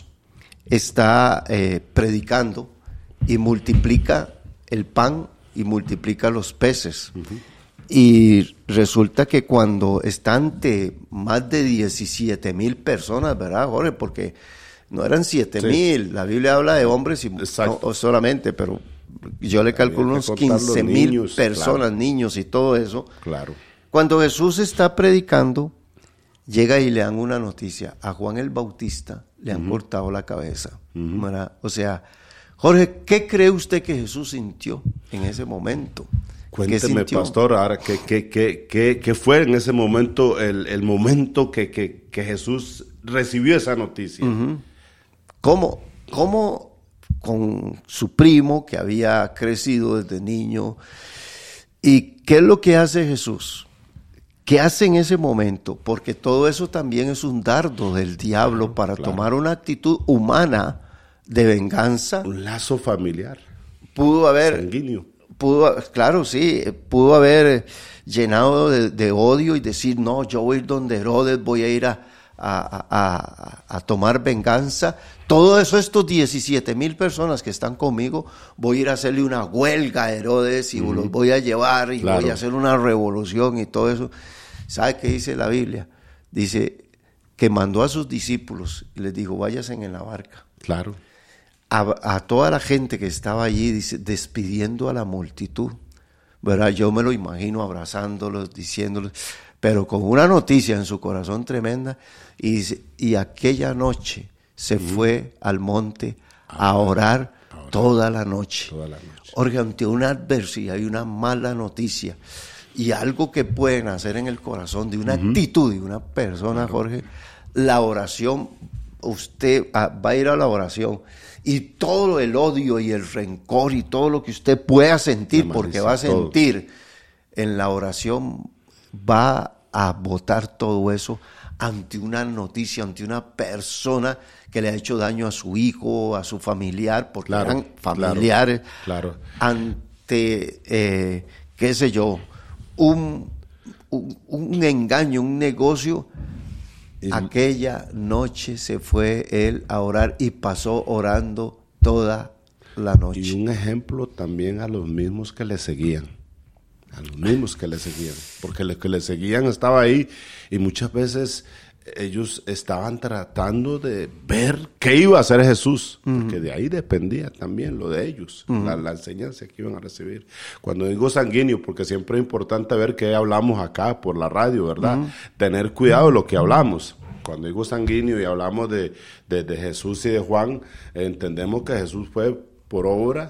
está eh, predicando y multiplica el pan y multiplica los peces. Uh-huh. Y resulta que cuando está ante más de diecisiete mil personas, ¿verdad, Jorge? Porque no eran siete mil, sí. La Biblia habla de hombres y no solamente, pero yo le calculo unos quince mil personas, claro. Niños y todo eso. Claro. Cuando Jesús está predicando, llega y le dan una noticia. A Juan el Bautista le han uh-huh. cortado la cabeza. Uh-huh. O sea, Jorge, ¿qué cree usted que Jesús sintió en ese momento? Cuénteme, pastor, ahora, ¿qué, qué, qué, qué, qué fue en ese momento, el, el momento que, que, que Jesús recibió esa noticia? Uh-huh. ¿Cómo? ¿Cómo? Con su primo que había crecido desde niño. ¿Y qué es lo que hace Jesús? ¿Qué hace en ese momento? Porque todo eso también es un dardo del diablo, claro, para claro. tomar una actitud humana de venganza. Un lazo familiar. Pudo haber... sanguíneo. Pudo, claro, sí, pudo haber llenado de, de odio y decir, no, yo voy a ir donde Herodes, voy a ir a... A, a, a tomar venganza. Todo eso, estos diecisiete mil personas que están conmigo, voy a ir a hacerle una huelga a Herodes y uh-huh. los voy a llevar y claro. voy a hacer una revolución y todo eso. ¿Sabe qué dice la Biblia? Dice que mandó a sus discípulos y les dijo, váyanse en la barca. Claro. A, a toda la gente que estaba allí, dice, despidiendo a la multitud, ¿verdad? Yo me lo imagino abrazándolos, diciéndoles, pero con una noticia en su corazón tremenda, y, y aquella noche se uh-huh. fue al monte a, a orar, a orar toda la noche. Toda la noche. Porque ante una adversidad y una mala noticia, y algo que pueden hacer en el corazón de una uh-huh. actitud de una persona, claro. Jorge, la oración, usted va a ir a la oración, y todo el odio y el rencor y todo lo que usted pueda sentir, porque va a sentir todo. En la oración, va a botar todo eso ante una noticia, ante una persona que le ha hecho daño a su hijo, a su familiar, porque claro, eran familiares, claro, claro. ante, eh, qué sé yo, un, un, un engaño, un negocio. El... Aquella noche se fue él a orar y pasó orando toda la noche. Y un ejemplo también a los mismos que le seguían. A los mismos que le seguían, porque los que le seguían estaban ahí y muchas veces ellos estaban tratando de ver qué iba a hacer Jesús, uh-huh. porque de ahí dependía también lo de ellos, uh-huh. la, la enseñanza que iban a recibir. Cuando digo sanguíneo, porque siempre es importante ver qué hablamos acá por la radio, ¿verdad? Uh-huh. Tener cuidado de lo que hablamos. Cuando digo sanguíneo y hablamos de, de, de Jesús y de Juan, entendemos que Jesús fue por obra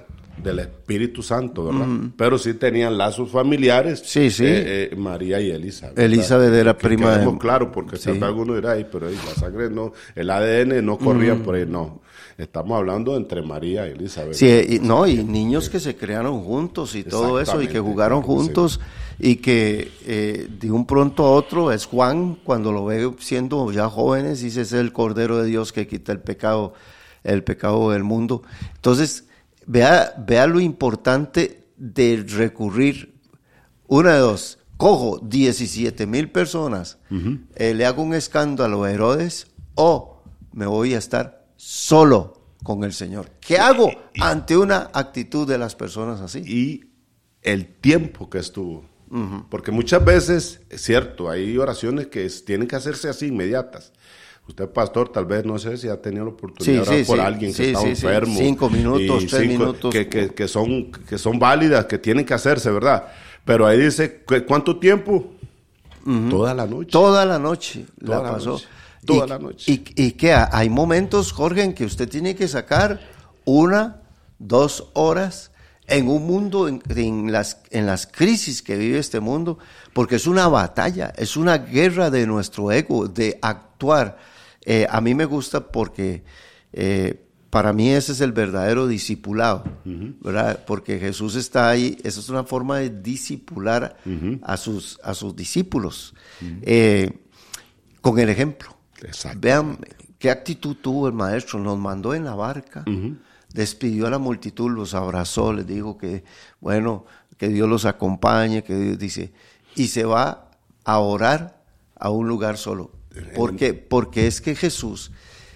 del Espíritu Santo, ¿verdad? Mm. Pero sí tenían lazos familiares. Sí, sí. Eh, eh, María y Elizabeth. Elizabeth ¿verdad? Era que, prima que de... claro, porque sí. Alguno dirá, ay, pero ahí, la sangre no, el A D N no corría mm. por ahí, no. Estamos hablando entre María y Elizabeth. Sí, y, no, y niños que se crearon juntos y todo eso, y que jugaron juntos, sí. y que eh, de un pronto a otro es Juan, cuando lo ve siendo ya jóvenes, dice, es el Cordero de Dios que quita el pecado, el pecado del mundo. Entonces, vea, vea lo importante de recurrir, una de dos, cojo diecisiete mil personas, uh-huh. eh, le hago un escándalo a Herodes, o me voy a estar solo con el Señor. ¿Qué hago y, y, ante una actitud de las personas así? Y el tiempo que estuvo. Uh-huh. Porque muchas veces, es cierto, hay oraciones que es, tienen que hacerse así inmediatas. Usted, pastor, tal vez, no sé si ha tenido la oportunidad sí, de orar sí, por sí, alguien que sí, está sí, enfermo. Sí. Cinco minutos, tres cinco, minutos. Que, que, que, son, que son válidas, que tienen que hacerse, ¿verdad? Pero ahí dice, ¿cuánto tiempo? Uh-huh. Toda la noche. Toda la noche Toda la, la pasó. Noche. Toda y, la noche. Y, y que hay momentos, Jorge, en que usted tiene que sacar una, dos horas en un mundo, en, en, las, en las crisis que vive este mundo, porque es una batalla, es una guerra de nuestro ego, de actuar. Eh, a mí me gusta porque eh, para mí ese es el verdadero discipulado, uh-huh. ¿verdad? Porque Jesús está ahí, esa es una forma de discipular uh-huh. a, sus, a sus discípulos, uh-huh. eh, con el ejemplo. Vean qué actitud tuvo el maestro, nos mandó en la barca, uh-huh. despidió a la multitud, los abrazó, les dijo que, bueno, que Dios los acompañe, que Dios dice, y se va a orar a un lugar solo. ¿Por qué? Porque es que Jesús,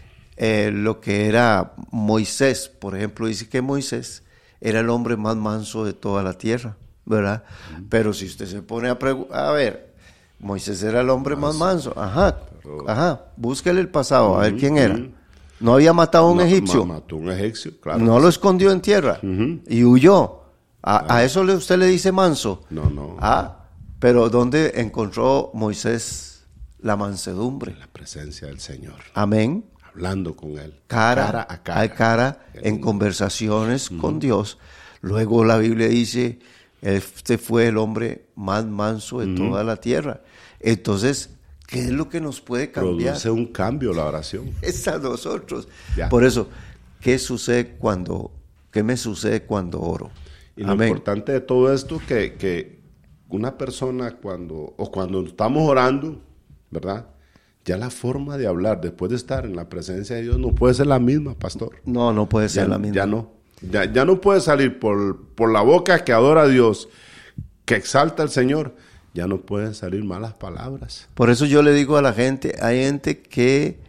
eh, lo que era Moisés, por ejemplo, dice que Moisés era el hombre más manso de toda la tierra, ¿verdad? Uh-huh. Pero si usted se pone a preguntar, a ver, Moisés era el hombre más manso, ajá, ajá, búsquele el pasado, a ver quién era. No había matado a un no, egipcio. Mató a un egipcio, claro. No lo escondió en tierra uh-huh. y huyó. A, ah. a eso le, usted le dice manso. No, no. Ah, pero ¿dónde encontró Moisés la mansedumbre? La presencia del Señor. Amén. Hablando con él. Cara, cara a cara. A cara en conversaciones uh-huh. con Dios. Luego la Biblia dice, este fue el hombre más manso de uh-huh. toda la tierra. Entonces, ¿qué es lo que nos puede cambiar? Produce un cambio la oración. Es a nosotros. Ya. Por eso, ¿qué sucede cuando, qué me sucede cuando oro? Y lo Amén. Importante de todo esto que, que una persona cuando, o cuando estamos orando, ¿verdad? Ya la forma de hablar después de estar en la presencia de Dios no puede ser la misma, pastor. No, no puede ser ya, la misma. Ya no. Ya, ya no puede salir por, por la boca que adora a Dios, que exalta al Señor. Ya no pueden salir malas palabras. Por eso yo le digo a la gente, hay gente que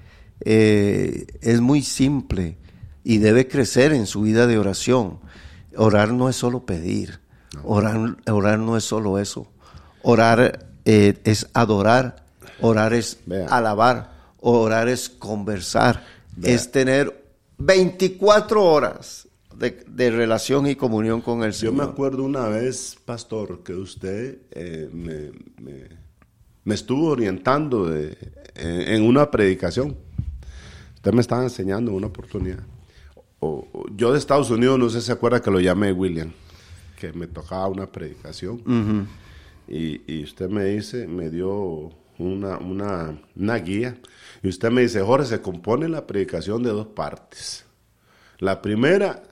eh, es muy simple y debe crecer en su vida de oración. Orar no es solo pedir, no. orar, orar no es solo eso. Orar eh, es adorar, orar es Vea. alabar, orar es conversar, Vea. es tener veinticuatro horas De, de relación y comunión con el Señor. Yo me acuerdo una vez, pastor, que usted eh, me, me, me estuvo orientando de, en, en una predicación. Usted me estaba enseñando una oportunidad. O, o, yo de Estados Unidos, no sé si se acuerda que lo llamé William, que me tocaba una predicación. Uh-huh. Y, y usted me dice, me dio una, una, una guía. Y usted me dice, Jorge, se compone la predicación de dos partes. La primera,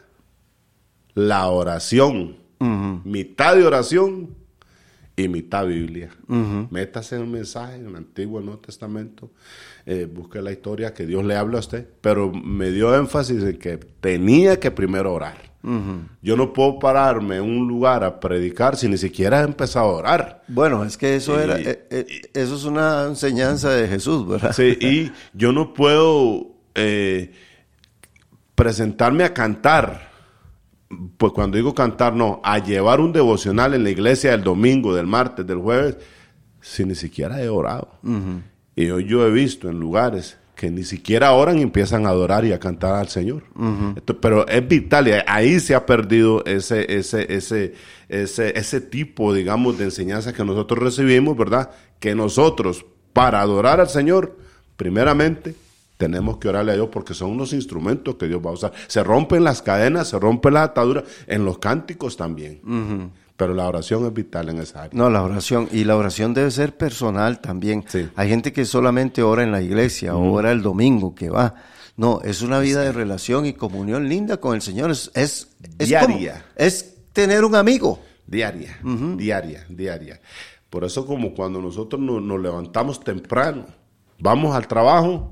la oración, uh-huh. mitad de oración y mitad Biblia. Uh-huh. Métase en el mensaje en el Antiguo y Nuevo Testamento, eh, busque la historia que Dios le habla a usted, pero me dio énfasis en que tenía que primero orar. Uh-huh. Yo no puedo pararme en un lugar a predicar si ni siquiera he empezado a orar. Bueno, es que eso y, era, eh, eh, eso es una enseñanza de Jesús, ¿verdad? Sí, y yo no puedo eh, presentarme a cantar. Pues cuando digo cantar, no, a llevar un devocional en la iglesia del domingo, del martes, del jueves, si ni siquiera he orado. Uh-huh. Y yo, yo he visto en lugares que ni siquiera oran y empiezan a adorar y a cantar al Señor. Uh-huh. Esto, pero es vital, y ahí se ha perdido ese, ese, ese, ese, ese tipo, digamos, de enseñanza que nosotros recibimos, ¿verdad? Que nosotros, para adorar al Señor, primeramente, tenemos que orarle a Dios porque son unos instrumentos que Dios va a usar. Se rompen las cadenas, se rompen las ataduras, en los cánticos también. Uh-huh. Pero la oración es vital en esa área. No, la oración, y la oración debe ser personal también. Sí. Hay gente que solamente ora en la iglesia, uh-huh. o ora el domingo que va. No, es una vida sí. de relación y comunión linda con el Señor. Es, es, es diaria. Como, es tener un amigo. Diaria, uh-huh. diaria, diaria. Por eso como cuando nosotros nos, nos levantamos temprano, vamos al trabajo,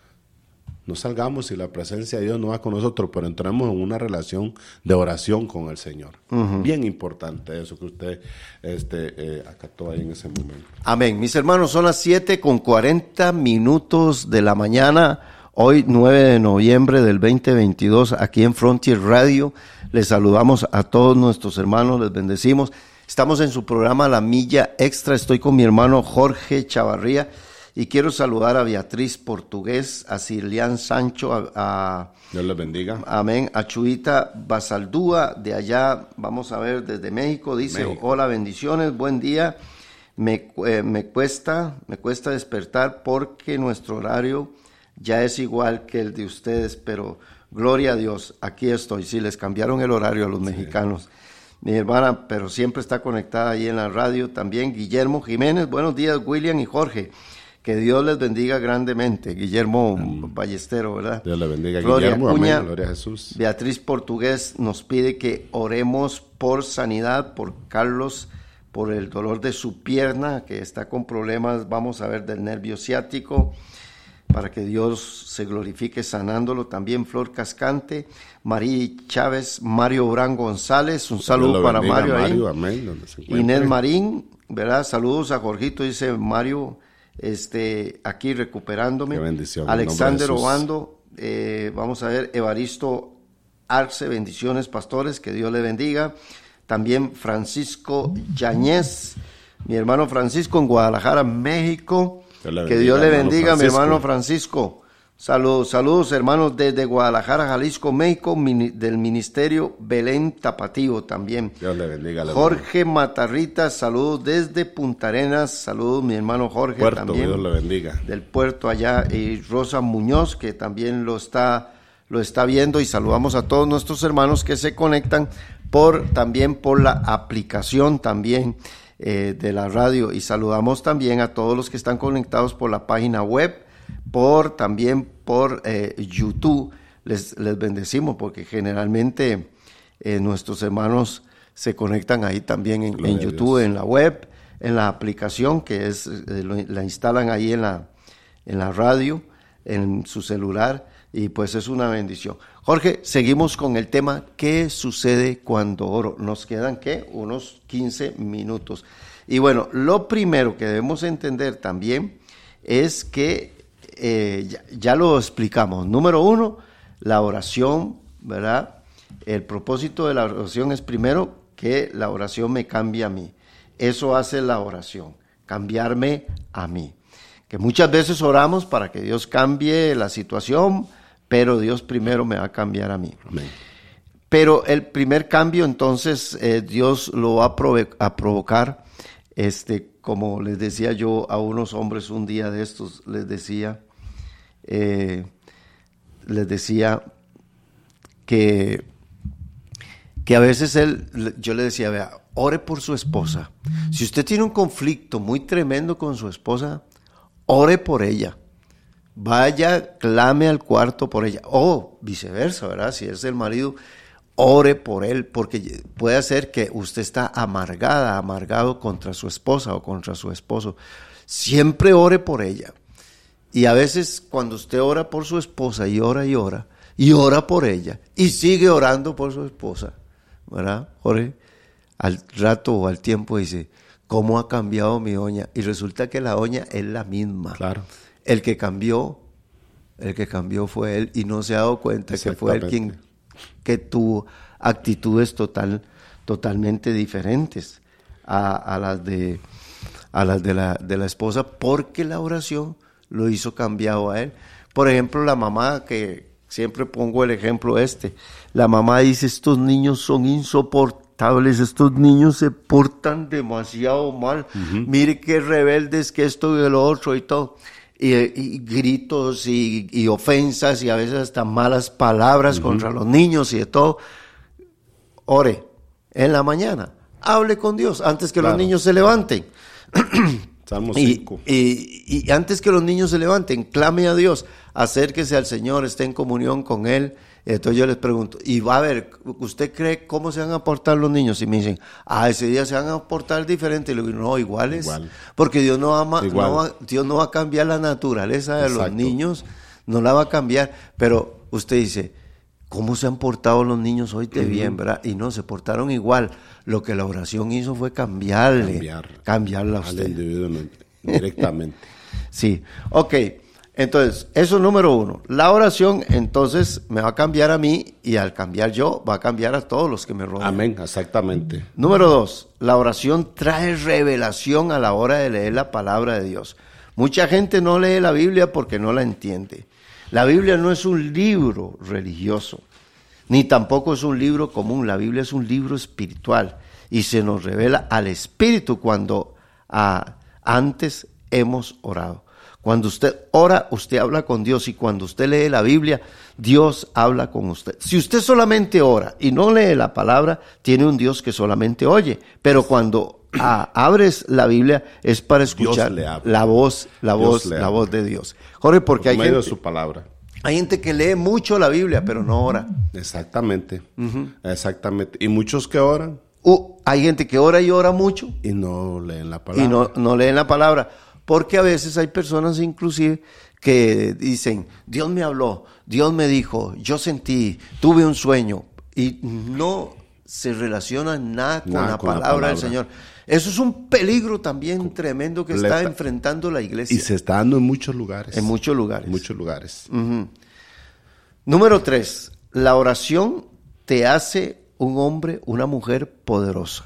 no salgamos si la presencia de Dios no va con nosotros, pero entramos en una relación de oración con el Señor. Uh-huh. Bien importante eso que usted este, eh, acató ahí en ese momento. Amén. Mis hermanos, son las siete con cuarenta minutos de la mañana. Hoy, nueve de noviembre del veinte veintidós, aquí en Frontier Radio, les saludamos a todos nuestros hermanos, les bendecimos. Estamos en su programa La Milla Extra, estoy con mi hermano Jorge Chavarría y quiero saludar a Beatriz Portugués, a Cirlian Sancho, a, a Dios les bendiga. Amén, a Chuita Basaldúa, de allá, vamos a ver, desde México, dice, México. Hola, bendiciones, buen día, me, eh, me cuesta, me cuesta despertar porque nuestro horario ya es igual que el de ustedes, pero gloria a Dios, aquí estoy. Sí, les cambiaron el horario a los sí. mexicanos. Mi hermana, pero siempre está conectada ahí en la radio también. Guillermo Jiménez, buenos días, William y Jorge. Que Dios les bendiga grandemente. Guillermo amén. Ballestero, ¿verdad? Dios le bendiga, Gloria Guillermo, Cuña, amén, gloria a Jesús. Beatriz Portugués nos pide que oremos por sanidad, por Carlos, por el dolor de su pierna, que está con problemas, vamos a ver, del nervio ciático, para que Dios se glorifique sanándolo. También Flor Cascante, María Chávez, Mario Brán González, un saludo para bendiga, Mario, Mario ahí. Amén, donde se Inés Marín, ¿verdad? Saludos a Jorgito, dice Mario, este, aquí recuperándome. Qué bendición. Alexander Obando, eh, vamos a ver, Evaristo Arce, bendiciones pastores, que Dios le bendiga. También Francisco Yañez, mi hermano Francisco en Guadalajara, México. Bendiga, que Dios le bendiga, hermano mi hermano Francisco. Saludos, saludos hermanos desde Guadalajara, Jalisco, México, mini, del Ministerio Belén Tapatío también. Dios le bendiga. Jorge hermano. Matarrita, saludos desde Punta Arenas, saludos mi hermano Jorge Puerto, también. Dios le bendiga. Del puerto allá, y Rosa Muñoz, que también lo está, lo está viendo, y saludamos a todos nuestros hermanos que se conectan por también por la aplicación también. Eh, de la radio, y saludamos también a todos los que están conectados por la página web, por también por eh, YouTube. Les, les bendecimos porque generalmente eh, nuestros hermanos se conectan ahí también en, en YouTube, en la web, en la aplicación que es eh, lo, la instalan ahí en la, en la radio, en su celular, y pues es una bendición. Jorge, seguimos con el tema, ¿qué sucede cuando oro? Nos quedan, ¿qué? Unos quince minutos. Y bueno, lo primero que debemos entender también es que, eh, ya, ya lo explicamos, número uno, la oración, ¿verdad? El propósito de la oración es primero que la oración me cambie a mí. Eso hace la oración, cambiarme a mí. Que muchas veces oramos para que Dios cambie la situación, pero Dios primero me va a cambiar a mí. Amén. Pero el primer cambio, entonces, eh, Dios lo va a, prove- a provocar, este, como les decía yo a unos hombres un día de estos, les decía, eh, les decía que, que a veces él, yo le decía, vea, ore por su esposa. Si usted tiene un conflicto muy tremendo con su esposa, ore por ella. Vaya, clame al cuarto por ella, o viceversa, ¿verdad? Si es el marido, ore por él, porque puede ser que usted está amargada, amargado contra su esposa o contra su esposo. Siempre ore por ella. Y a veces cuando usted ora por su esposa y ora y ora, y ora por ella, y sigue orando por su esposa, ¿verdad, Jorge? Al rato o al tiempo dice, ¿cómo ha cambiado mi doña? Y resulta que la doña es la misma. Claro. El que cambió, el que cambió fue él y no se ha dado cuenta que fue él quien que tuvo actitudes total, totalmente diferentes a, a las de a las de la de la esposa, porque la oración lo hizo cambiado a él. Por ejemplo, la mamá, que siempre pongo el ejemplo este, la mamá dice, estos niños son insoportables, estos niños se portan demasiado mal, uh-huh. Mire qué rebeldes, que esto y lo otro y todo. y, y gritos y, y ofensas y a veces hasta malas palabras uh-huh. contra los niños y de todo, ore en la mañana, hable con Dios antes que claro. los niños se levanten. Salmo y, cinco. Y, y antes que los niños se levanten, clame a Dios, acérquese al Señor, esté en comunión con Él. Entonces yo les pregunto, y va a ver, ¿usted cree cómo se van a portar los niños? Y me dicen, ah, ese día se van a portar diferente. Y le digo, no, iguales, Igual. porque Dios no, va, Igual. no va, Dios no va a cambiar la naturaleza de Exacto. los niños, no la va a cambiar. Pero usted dice, ¿cómo se han portado los niños hoy de uh-huh. bien, verdad? Y no, se portaron igual. Lo que la oración hizo fue cambiarle, Cambiar, cambiarla a usted. Al individuo directamente. Sí, ok. Entonces, eso es número uno. La oración, entonces, me va a cambiar a mí y al cambiar yo, va a cambiar a todos los que me rodean. Amén, exactamente. Número dos, la oración trae revelación a la hora de leer la palabra de Dios. Mucha gente no lee la Biblia porque no la entiende. La Biblia no es un libro religioso, ni tampoco es un libro común. La Biblia es un libro espiritual y se nos revela al Espíritu cuando ah, antes hemos orado. Cuando usted ora, usted habla con Dios, y cuando usted lee la Biblia, Dios habla con usted. Si usted solamente ora y no lee la palabra, tiene un Dios que solamente oye. Pero cuando ah, abres la Biblia es para escuchar la voz, la Dios voz, la voz de Dios. Jorge, porque hay gente, su palabra. hay gente que lee mucho la Biblia, pero no ora. Exactamente, uh-huh. exactamente. Y muchos que oran. Uh, hay gente que ora y ora mucho. Y no leen la palabra. Y no, no leen la palabra. Porque a veces hay personas inclusive que dicen, Dios me habló, Dios me dijo, yo sentí, tuve un sueño, y no se relaciona nada con, nada la, con palabra la palabra del Señor. Eso es un peligro también con, tremendo que está enfrentando la iglesia. Y se está dando en muchos lugares. En muchos lugares. En muchos lugares. Uh-huh. Número tres, la oración te hace un hombre, una mujer poderosa,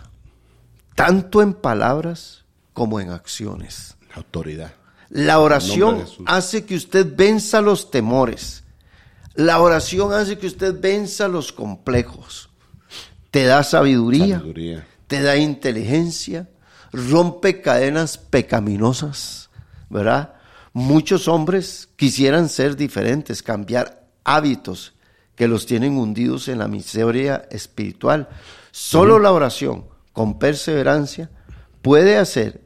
tanto en palabras como en acciones. Autoridad. La oración hace que usted venza los temores. La oración hace que usted venza los complejos. Te da sabiduría, sabiduría. Te da inteligencia, rompe cadenas pecaminosas, ¿verdad? Muchos hombres quisieran ser diferentes, cambiar hábitos que los tienen hundidos en la miseria espiritual. Solo uh-huh. la oración, con perseverancia, puede hacer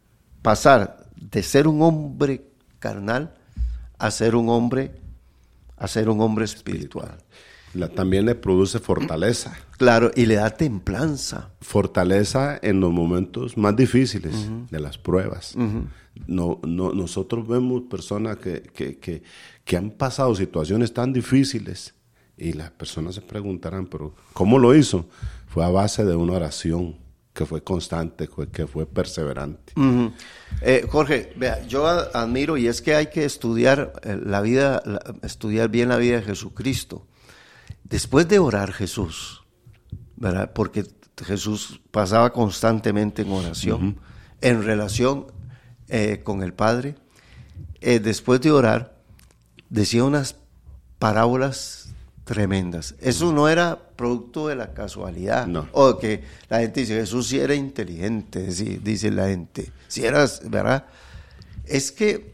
pasar de ser un hombre carnal a ser un hombre, a ser un hombre espiritual. La, también le produce fortaleza. Claro, y le da templanza. Fortaleza en los momentos más difíciles uh-huh. de las pruebas. Uh-huh. No, no, nosotros vemos personas que, que, que, que han pasado situaciones tan difíciles y las personas se preguntarán, pero ¿cómo lo hizo? Fue a base de una oración que fue constante, que fue perseverante. Uh-huh. eh, Jorge, vea, yo admiro, y es que hay que estudiar la vida, la, estudiar bien la vida de Jesucristo. Después de orar Jesús, ¿verdad? Porque Jesús pasaba constantemente en oración, uh-huh. en relación eh, con el Padre. Eh, después de orar, decía unas parábolas tremendas. Eso no era producto de la casualidad. No. O que la gente dice, Jesús sí era inteligente, sí, dice la gente. Si eras, ¿verdad? Es que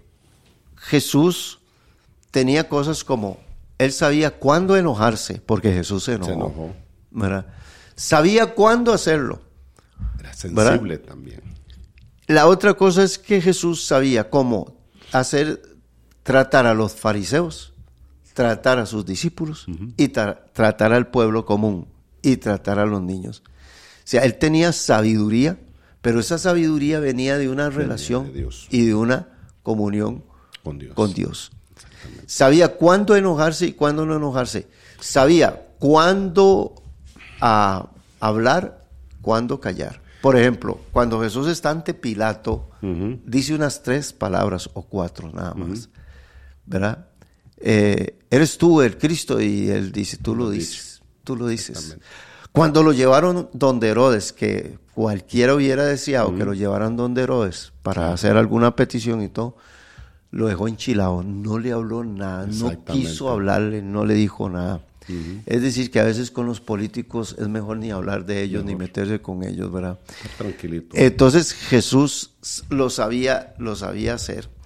Jesús tenía cosas como, él sabía cuándo enojarse, porque Jesús se enojó. Se enojó. ¿Verdad? Sabía cuándo hacerlo. Era sensible, ¿verdad? También. La otra cosa es que Jesús sabía cómo hacer, tratar a los fariseos, tratar a sus discípulos uh-huh. y tra- tratar al pueblo común y tratar a los niños. O sea, él tenía sabiduría, pero esa sabiduría venía de una relación de y de una comunión con Dios. Con Dios. Sabía cuándo enojarse y cuándo no enojarse. Sabía cuándo uh, hablar, cuándo callar. Por ejemplo, cuando Jesús está ante Pilato, uh-huh. dice unas tres palabras o cuatro nada más, uh-huh. ¿verdad? Eh, eres tú el Cristo, y él dice, tú lo dices, tú lo dices. Cuando lo llevaron donde Herodes, que cualquiera hubiera deseado mm. que lo llevaran donde Herodes para sí. hacer alguna petición y todo, lo dejó enchilado, no le habló nada, no quiso hablarle, no le dijo nada. Uh-huh. Es decir, que a veces con los políticos es mejor ni hablar de ellos, mejor. ni meterse con ellos, ¿verdad? Tranquilito. Entonces Jesús lo sabía, lo sabía hacer.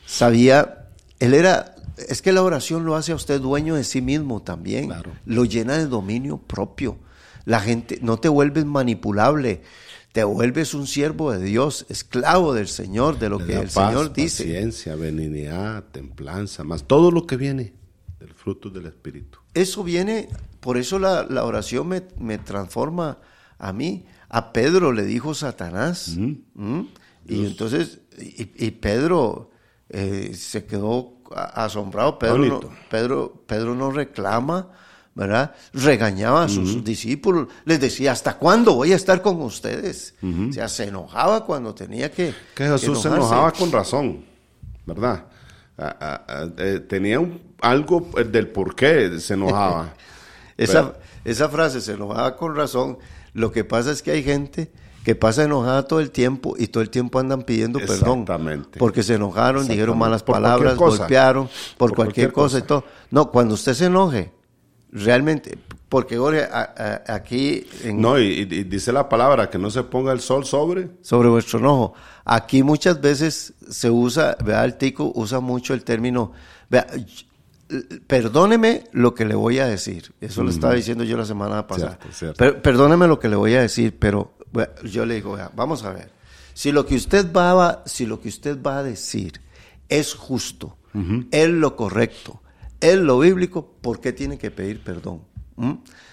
sabía, él era, es que la oración lo hace a usted dueño de sí mismo también, Claro. lo llena de dominio propio. La gente, no te vuelves manipulable, te vuelves un siervo de Dios, esclavo del Señor, de lo Le que da el paz, Señor dice. paciencia, benignidad, templanza, más todo lo que viene del fruto del Espíritu. Eso viene, por eso la, la oración me, me transforma a mí. A Pedro le dijo Satanás. Mm. ¿Mm? Y entonces, y, y Pedro eh, se quedó a- asombrado. Pedro no, Bonito. Pedro, Pedro no reclama, ¿verdad? Regañaba a sus discípulos, les decía, ¿hasta cuándo voy a estar con ustedes? O sea, se enojaba cuando tenía que Que Jesús se enojarse. enojaba con razón, ¿verdad? A- a- a- eh, tenía un- algo eh, del por qué se enojaba. Esa, esa frase, se enojaba con razón. Lo que pasa es que hay gente que pasa enojada todo el tiempo y todo el tiempo andan pidiendo perdón. Exactamente. Porque se enojaron, dijeron Exactamente. malas Por palabras, cualquier cosa. golpearon, por, Por cualquier, cualquier cosa, y cosa. todo. No, cuando usted se enoje, realmente, porque ahora a- a- aquí en, No, y, y- y dice la palabra que no se ponga el sol sobre. sobre vuestro enojo, aquí muchas veces se usa, vea, el tico usa mucho el término, vea, perdóneme lo que le voy a decir. Eso lo estaba diciendo yo la semana pasada. Cierto, cierto. Per- perdóneme lo que le voy a decir, pero bueno, yo le digo, vea, vamos a ver. Si lo que usted va a, si lo que usted va a decir es justo, es lo correcto, es lo bíblico, ¿por qué tiene que pedir perdón? ¿Mm?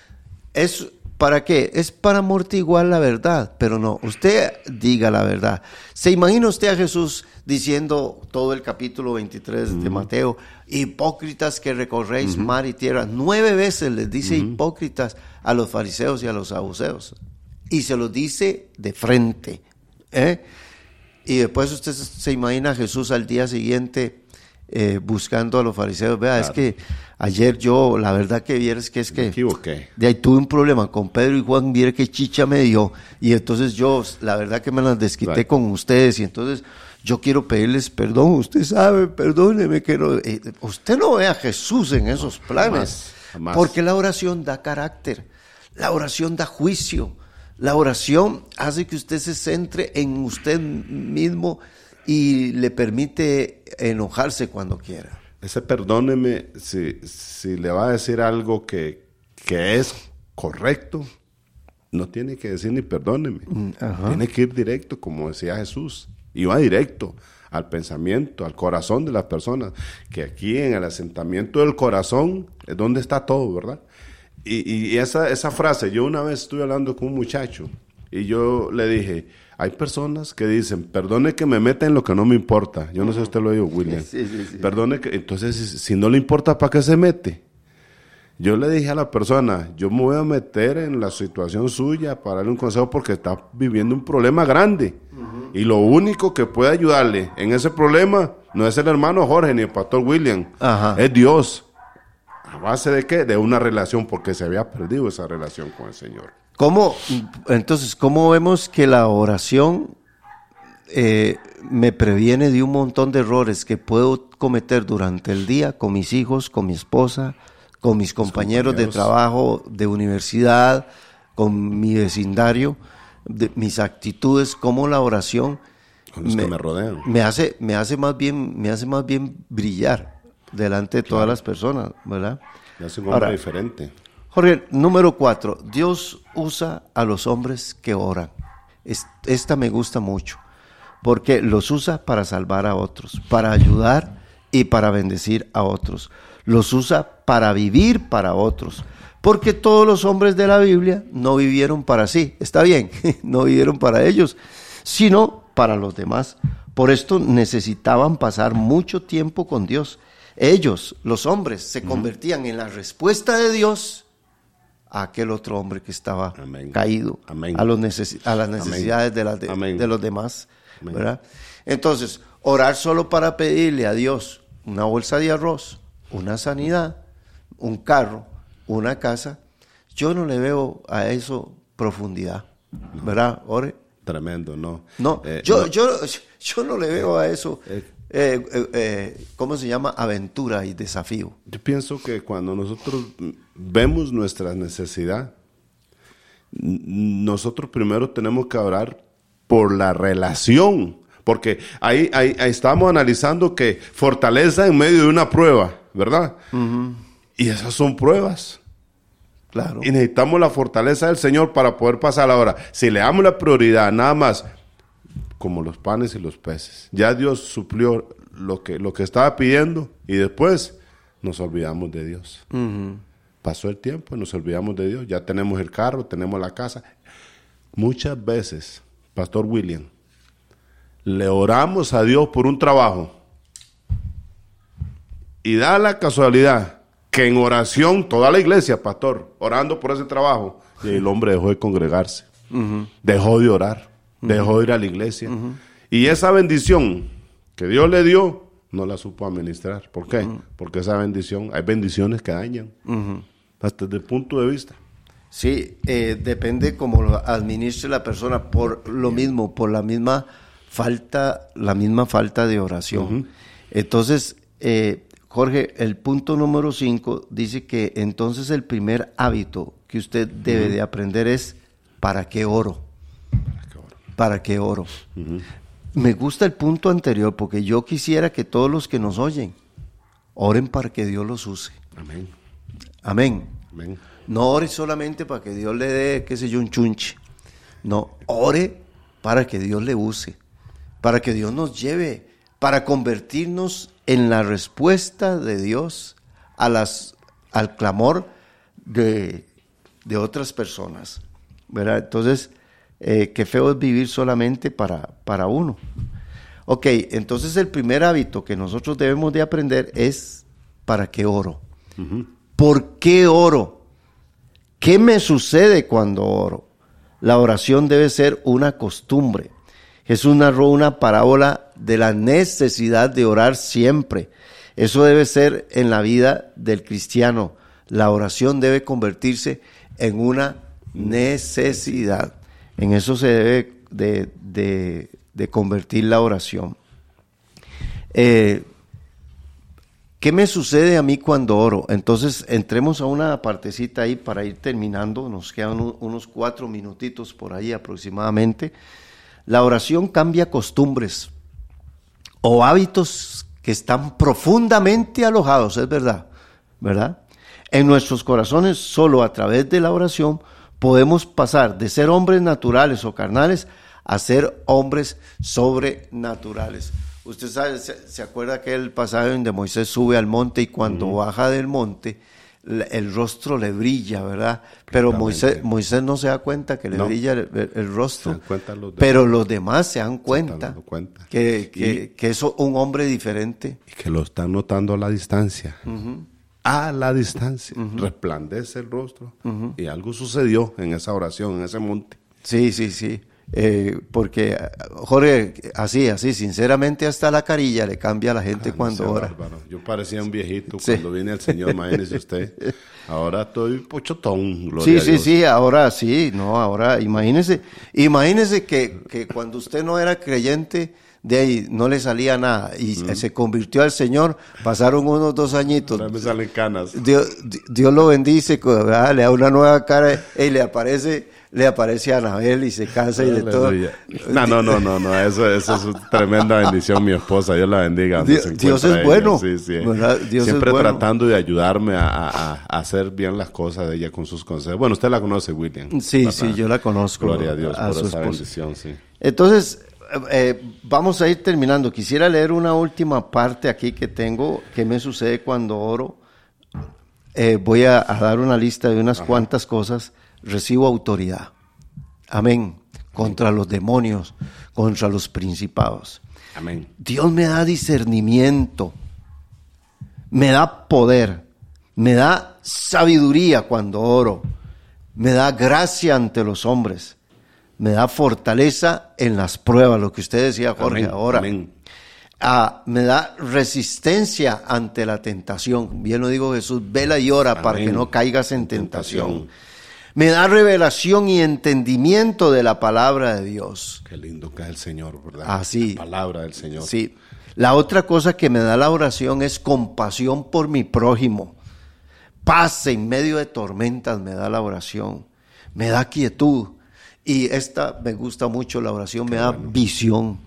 Es ¿para qué? Es para amortiguar la verdad, pero no, usted diga la verdad. ¿Se imagina usted a Jesús diciendo todo el capítulo veintitrés de Mateo, hipócritas que recorréis mar y tierra? Nueve veces les dice hipócritas a los fariseos y a los saduceos, y se los dice de frente, ¿eh? Y después usted se imagina a Jesús al día siguiente eh, buscando a los fariseos. Vea, Claro. es que ayer yo, la verdad que vieres que es Me que equivoqué. de ahí tuve un problema con Pedro y Juan, viera qué chicha me dio, y entonces yo, la verdad que me las desquité Right. con ustedes, y entonces yo quiero pedirles perdón, usted sabe, perdóneme que no, eh, usted no ve a Jesús en esos planes, jamás, jamás. porque la oración da carácter, la oración da juicio, la oración hace que usted se centre en usted mismo y le permite enojarse cuando quiera. Ese perdóneme, si, si le va a decir algo que, que es correcto, no tiene que decir ni perdóneme. ajá. Tiene que ir directo, como decía Jesús. Y va directo al pensamiento, al corazón de las personas. Que aquí en el asentamiento del corazón es donde está todo, ¿verdad? Y, y esa, esa frase, yo una vez estuve hablando con un muchacho y yo le dije, hay personas que dicen, perdone que me meta en lo que no me importa. Yo no sé si usted lo dijo, William. Sí, sí, sí. Perdone que, entonces, si, si no le importa, ¿para qué se mete? Yo le dije a la persona, yo me voy a meter en la situación suya para darle un consejo porque está viviendo un problema grande. Y lo único que puede ayudarle en ese problema no es el hermano Jorge ni el pastor William, Ajá. es Dios. ¿A base de qué? De una relación, porque se había perdido esa relación con el Señor. ¿Cómo, entonces, cómo vemos que la oración eh, me previene de un montón de errores que puedo cometer durante el día con mis hijos, con mi esposa, con mis compañeros, de compañeros. trabajo, de universidad, con mi vecindario, de mis actitudes, como la oración Con los que me rodean. me hace, me hace más bien, me hace más bien brillar delante de todas las personas, ¿verdad? Me hace un hombre Ahora, diferente. Jorge, número cuatro, Dios usa a los hombres que oran. Es- esta me gusta mucho, porque los usa para salvar a otros, para ayudar y para bendecir a otros. Los usa para vivir para otros, porque todos los hombres de la Biblia no vivieron para sí, está bien, no vivieron para ellos, sino para los demás. Por esto necesitaban pasar mucho tiempo con Dios. Ellos, los hombres, se convertían en la respuesta de Dios a aquel otro hombre que estaba Amén. caído, Amén. a, los necesi- a las necesidades de, las de, Amén. de los demás, Amén. ¿verdad? Entonces, orar solo para pedirle a Dios una bolsa de arroz, una sanidad, un carro, una casa, yo no le veo a eso profundidad, ¿verdad, Ore? Tremendo, ¿no? No, Eh, yo, no. yo, yo no le veo a eso, Eh. eh, eh, eh, ¿cómo se llama? Aventura y desafío. Yo pienso que cuando nosotros vemos nuestra necesidad, n- nosotros primero tenemos que orar por la relación, Porque ahí, ahí, ahí estamos analizando que fortaleza en medio de una prueba, ¿verdad? Uh-huh. Y esas son pruebas. Claro. Y necesitamos la fortaleza del Señor para poder pasar. Ahora, si le damos la prioridad nada más, como los panes y los peces, ya Dios suplió lo que, lo que estaba pidiendo y después nos olvidamos de Dios. Uh-huh. Pasó el tiempo y nos olvidamos de Dios. Ya tenemos el carro, tenemos la casa. Muchas veces, Pastor William, le oramos a Dios por un trabajo y da la casualidad que en oración, toda la iglesia, pastor, orando por ese trabajo, y el hombre dejó de congregarse, uh-huh. dejó de orar, uh-huh. dejó de ir a la iglesia. Uh-huh. Y esa bendición que Dios le dio, no la supo administrar. ¿Por qué? Uh-huh. Porque esa bendición, hay bendiciones que dañan, uh-huh. hasta desde el punto de vista. Sí, eh, depende cómo lo administre la persona, por lo mismo, por la misma falta, la misma falta de oración. Uh-huh. Entonces, eh, Jorge, el punto número cinco dice que entonces el primer hábito que usted debe uh-huh. de aprender es ¿para qué oro? ¿Para qué oro? ¿Para qué oro? Uh-huh. Me gusta el punto anterior porque yo quisiera que todos los que nos oyen oren para que Dios los use. Amén. Amén. Amén. No ore solamente para que Dios le dé, qué sé yo, un chunche. No, ore para que Dios le use, para que Dios nos lleve, para convertirnos en la respuesta de Dios a las, al clamor de, de otras personas, ¿verdad? Entonces, eh, qué feo es vivir solamente para, para uno. Ok, entonces el primer hábito que nosotros debemos de aprender es ¿para qué oro? Uh-huh. ¿Por qué oro? ¿Qué me sucede cuando oro? La oración debe ser una costumbre. Jesús narró una parábola de la necesidad de orar siempre. Eso debe ser en la vida del cristiano. La oración debe convertirse en una necesidad. En eso se debe de, de, de convertir la oración. Eh, ¿Qué me sucede a mí cuando oro? Entonces, entremos a una partecita ahí para ir terminando. Nos quedan un, unos cuatro minutitos por ahí aproximadamente. La oración cambia costumbres o hábitos que están profundamente alojados, es verdad, ¿verdad? En nuestros corazones, solo a través de la oración, podemos pasar de ser hombres naturales o carnales a ser hombres sobrenaturales. Usted sabe, se, se acuerda aquel pasaje donde Moisés sube al monte y cuando uh-huh. baja del monte, el rostro le brilla, ¿verdad? Pero Moisés, Moisés no se da cuenta que le no. brilla el, el, el rostro, los pero los demás se dan cuenta, cuenta. que, que, y, que es un hombre diferente. Y que lo están notando a la distancia. Uh-huh. A la distancia. Uh-huh. Resplandece el rostro. Uh-huh. Y algo sucedió en esa oración, en ese monte. Sí, sí, sí. Eh, porque Jorge, así, así, sinceramente hasta la carilla le cambia a la gente ah, cuando no sé, ora. Bárbaro. Yo parecía un viejito sí. cuando viene el Señor, imagínese usted. Ahora estoy pochotón, gloria sí, a Dios. Sí, sí, ahora sí, no, ahora imagínese, imagínese que, que cuando usted no era creyente, de ahí no le salía nada y mm. se convirtió al Señor, pasaron unos dos añitos. Ahora me salen canas. Dios, Dios lo bendice, ¿verdad? Le da una nueva cara y le aparece, le aparece a Anabel y se casa y de todo. No, no, no, no, no, eso, eso es una tremenda bendición, mi esposa, Dios la bendiga. Dios, Dios es bueno. Sí, sí. Dios Siempre es bueno. tratando de ayudarme a, a, a hacer bien las cosas de ella con sus consejos. Bueno, usted la conoce, William. Sí, sí, yo la conozco. Gloria a Dios a por su esa esposa. bendición, sí. Entonces, Eh, vamos a ir terminando. Quisiera leer una última parte aquí que tengo, que me sucede cuando oro. Eh, voy a, a dar una lista de unas Ajá. cuantas cosas. Recibo autoridad. Amén. Contra los demonios, contra los principados. Amén. Dios me da discernimiento, me da poder, me da sabiduría cuando oro, me da gracia ante los hombres. Me da fortaleza en las pruebas, lo que usted decía, Jorge, amén, ahora. Amén. Ah, me da resistencia ante la tentación. Bien lo dijo Jesús, vela y ora amén. Para que no caigas en tentación. tentación. Me da revelación y entendimiento de la palabra de Dios. Qué lindo que es el Señor, ¿verdad? Ah, sí. La palabra del Señor. Sí. La otra cosa que me da la oración es compasión por mi prójimo. Paz en medio de tormentas me da la oración. Me da quietud. Y esta me gusta mucho, la oración Qué me da bueno. visión,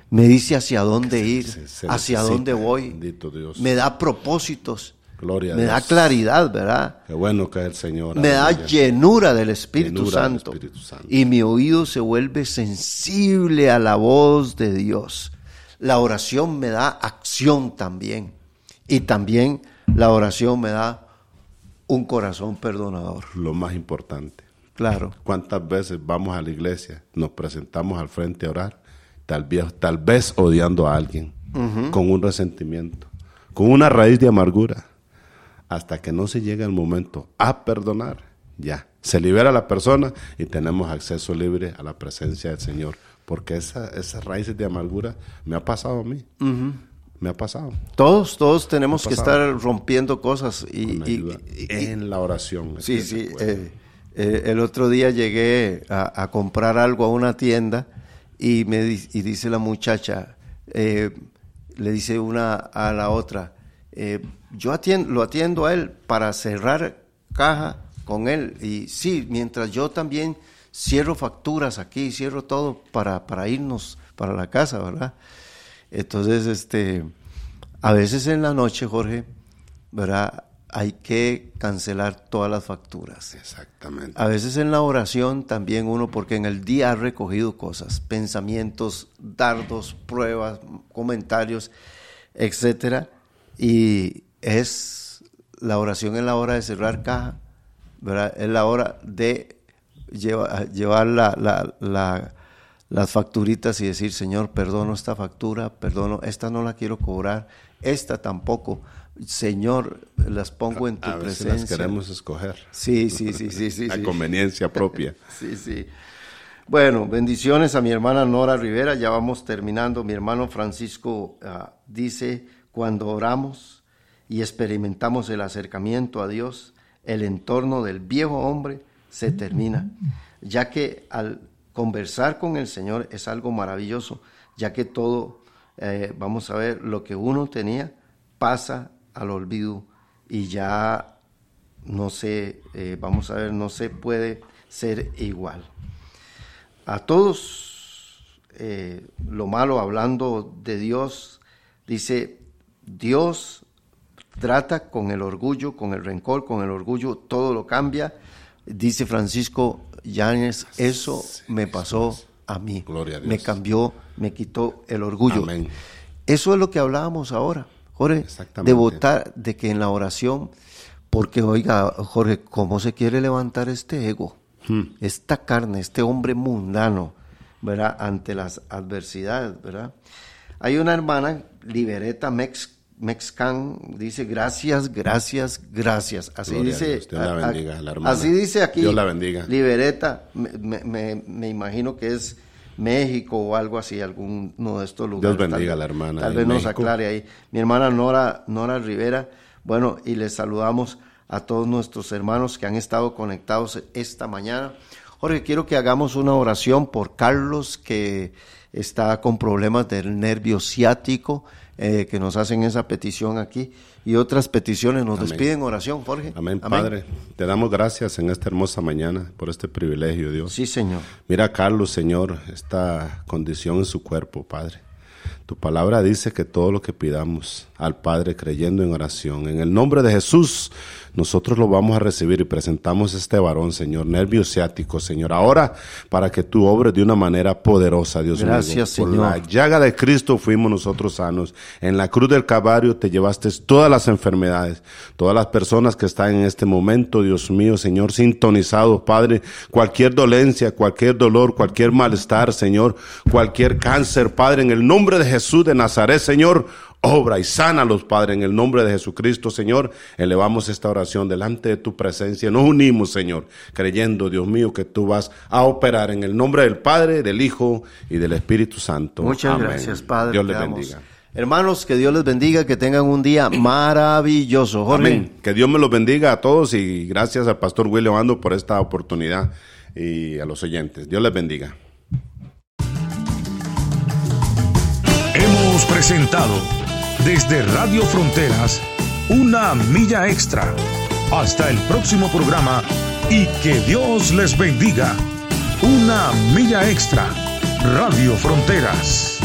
me dice hacia dónde ir, se, se hacia dónde voy, bendito Dios. Me da propósitos, Gloria me a da Dios. claridad, ¿verdad? Qué bueno que es el Señor. Me da aleluya. llenura del Espíritu, Llenura del Santo, Espíritu Santo. y mi oído se vuelve sensible a la voz de Dios. La oración me da acción también, y también la oración me da un corazón perdonador. Lo más importante. Claro. ¿Cuántas veces vamos a la iglesia, nos presentamos al frente a orar, tal vez, tal vez odiando a alguien, uh-huh. con un resentimiento, con una raíz de amargura, hasta que no se llega el momento a perdonar, ya, se libera la persona y tenemos acceso libre a la presencia del Señor, porque esa, esas raíces de amargura me ha pasado a mí, uh-huh. me ha pasado. Todos, todos tenemos que estar rompiendo cosas y, y, y, y en la oración. Sí, sí. Eh, eh, el otro día llegué a, a comprar algo a una tienda y me y dice la muchacha, eh, le dice una a la otra, eh, yo atiendo, lo atiendo a él para cerrar caja con él, y sí, mientras yo también cierro facturas aquí, cierro todo para, para irnos para la casa, ¿verdad? Entonces, este, a veces en la noche, Jorge, ¿verdad?, hay que cancelar todas las facturas. Exactamente. A veces en la oración también uno, porque en el día ha recogido cosas, pensamientos, dardos, pruebas, comentarios, etcétera, y es la oración en la hora de cerrar caja, ¿verdad? Es la hora de llevar, llevar la, la, la, las facturitas y decir, Señor, perdono esta factura, perdono, esta no la quiero cobrar, esta tampoco. Señor, las pongo en tu a, a presencia. Las queremos escoger. Sí, sí, sí, sí, sí. A sí. conveniencia propia. Sí, sí. Bueno, bendiciones a mi hermana Nora Rivera. Ya vamos terminando. Mi hermano Francisco uh, dice, cuando oramos y experimentamos el acercamiento a Dios, el entorno del viejo hombre se termina, ya que al conversar con el Señor es algo maravilloso, ya que todo, eh, vamos a ver, lo que uno tenía pasa al olvido y ya no se, eh, vamos a ver, no se puede ser igual. A todos, eh, lo malo, hablando de Dios, dice, Dios trata con el orgullo, con el rencor, con el orgullo, todo lo cambia. Dice Francisco Yáñez, eso me pasó a mí. Gloria a Dios. Me cambió, me quitó el orgullo. Amén. Eso es lo que hablábamos ahora, Jorge, de votar, de que en la oración, porque oiga, Jorge, ¿cómo se quiere levantar este ego? Hmm. Esta carne, este hombre mundano, ¿verdad? Ante las adversidades, ¿verdad? Hay una hermana, Libereta Mex, Mexcan, dice, gracias, gracias, gracias. Así Gloria dice. A Dios. Dios la bendiga, la hermana. Así dice aquí. Dios la bendiga. Libereta, me, me, me imagino que es México o algo así, alguno de estos lugares. Dios bendiga tal, a la hermana. Tal vez nos aclare ahí. Mi hermana Nora, Nora Rivera, bueno, y les saludamos a todos nuestros hermanos que han estado conectados esta mañana. Jorge, quiero que hagamos una oración por Carlos, que está con problemas del nervio ciático, eh, que nos hacen esa petición aquí, y otras peticiones. Nos Amén. Despiden oración, Jorge. Amén. Amén. Padre, te damos gracias en esta hermosa mañana por este privilegio, Dios. Sí, Señor. Mira a Carlos, Señor, esta condición en su cuerpo, Padre. Tu palabra dice que todo lo que pidamos al Padre creyendo en oración, en el nombre de Jesús, nosotros lo vamos a recibir y presentamos este varón, Señor, nervio ciático, Señor, ahora para que tú obres de una manera poderosa, Dios mío. Gracias, Señor. Por la llaga de Cristo fuimos nosotros sanos. En la cruz del Calvario te llevaste todas las enfermedades, todas las personas que están en este momento, Dios mío, Señor, sintonizados, Padre, cualquier dolencia, cualquier dolor, cualquier malestar, Señor, cualquier cáncer, Padre, en el nombre de Jesús de Nazaret, Señor, obra y sánalos, Padre, en el nombre de Jesucristo, Señor. Elevamos esta oración delante de tu presencia. Nos unimos, Señor, creyendo, Dios mío, que tú vas a operar en el nombre del Padre, del Hijo y del Espíritu Santo. Muchas Amén. gracias, Padre. Dios les bendiga. Hermanos, que Dios les bendiga, que tengan un día maravilloso. Jorge. Amén. Que Dios me los bendiga a todos y gracias al pastor William Ando por esta oportunidad y a los oyentes. Dios les bendiga. Hemos presentado desde Radio Fronteras Una Milla Extra. Hasta el próximo programa y que Dios les bendiga. Una Milla Extra. Radio Fronteras.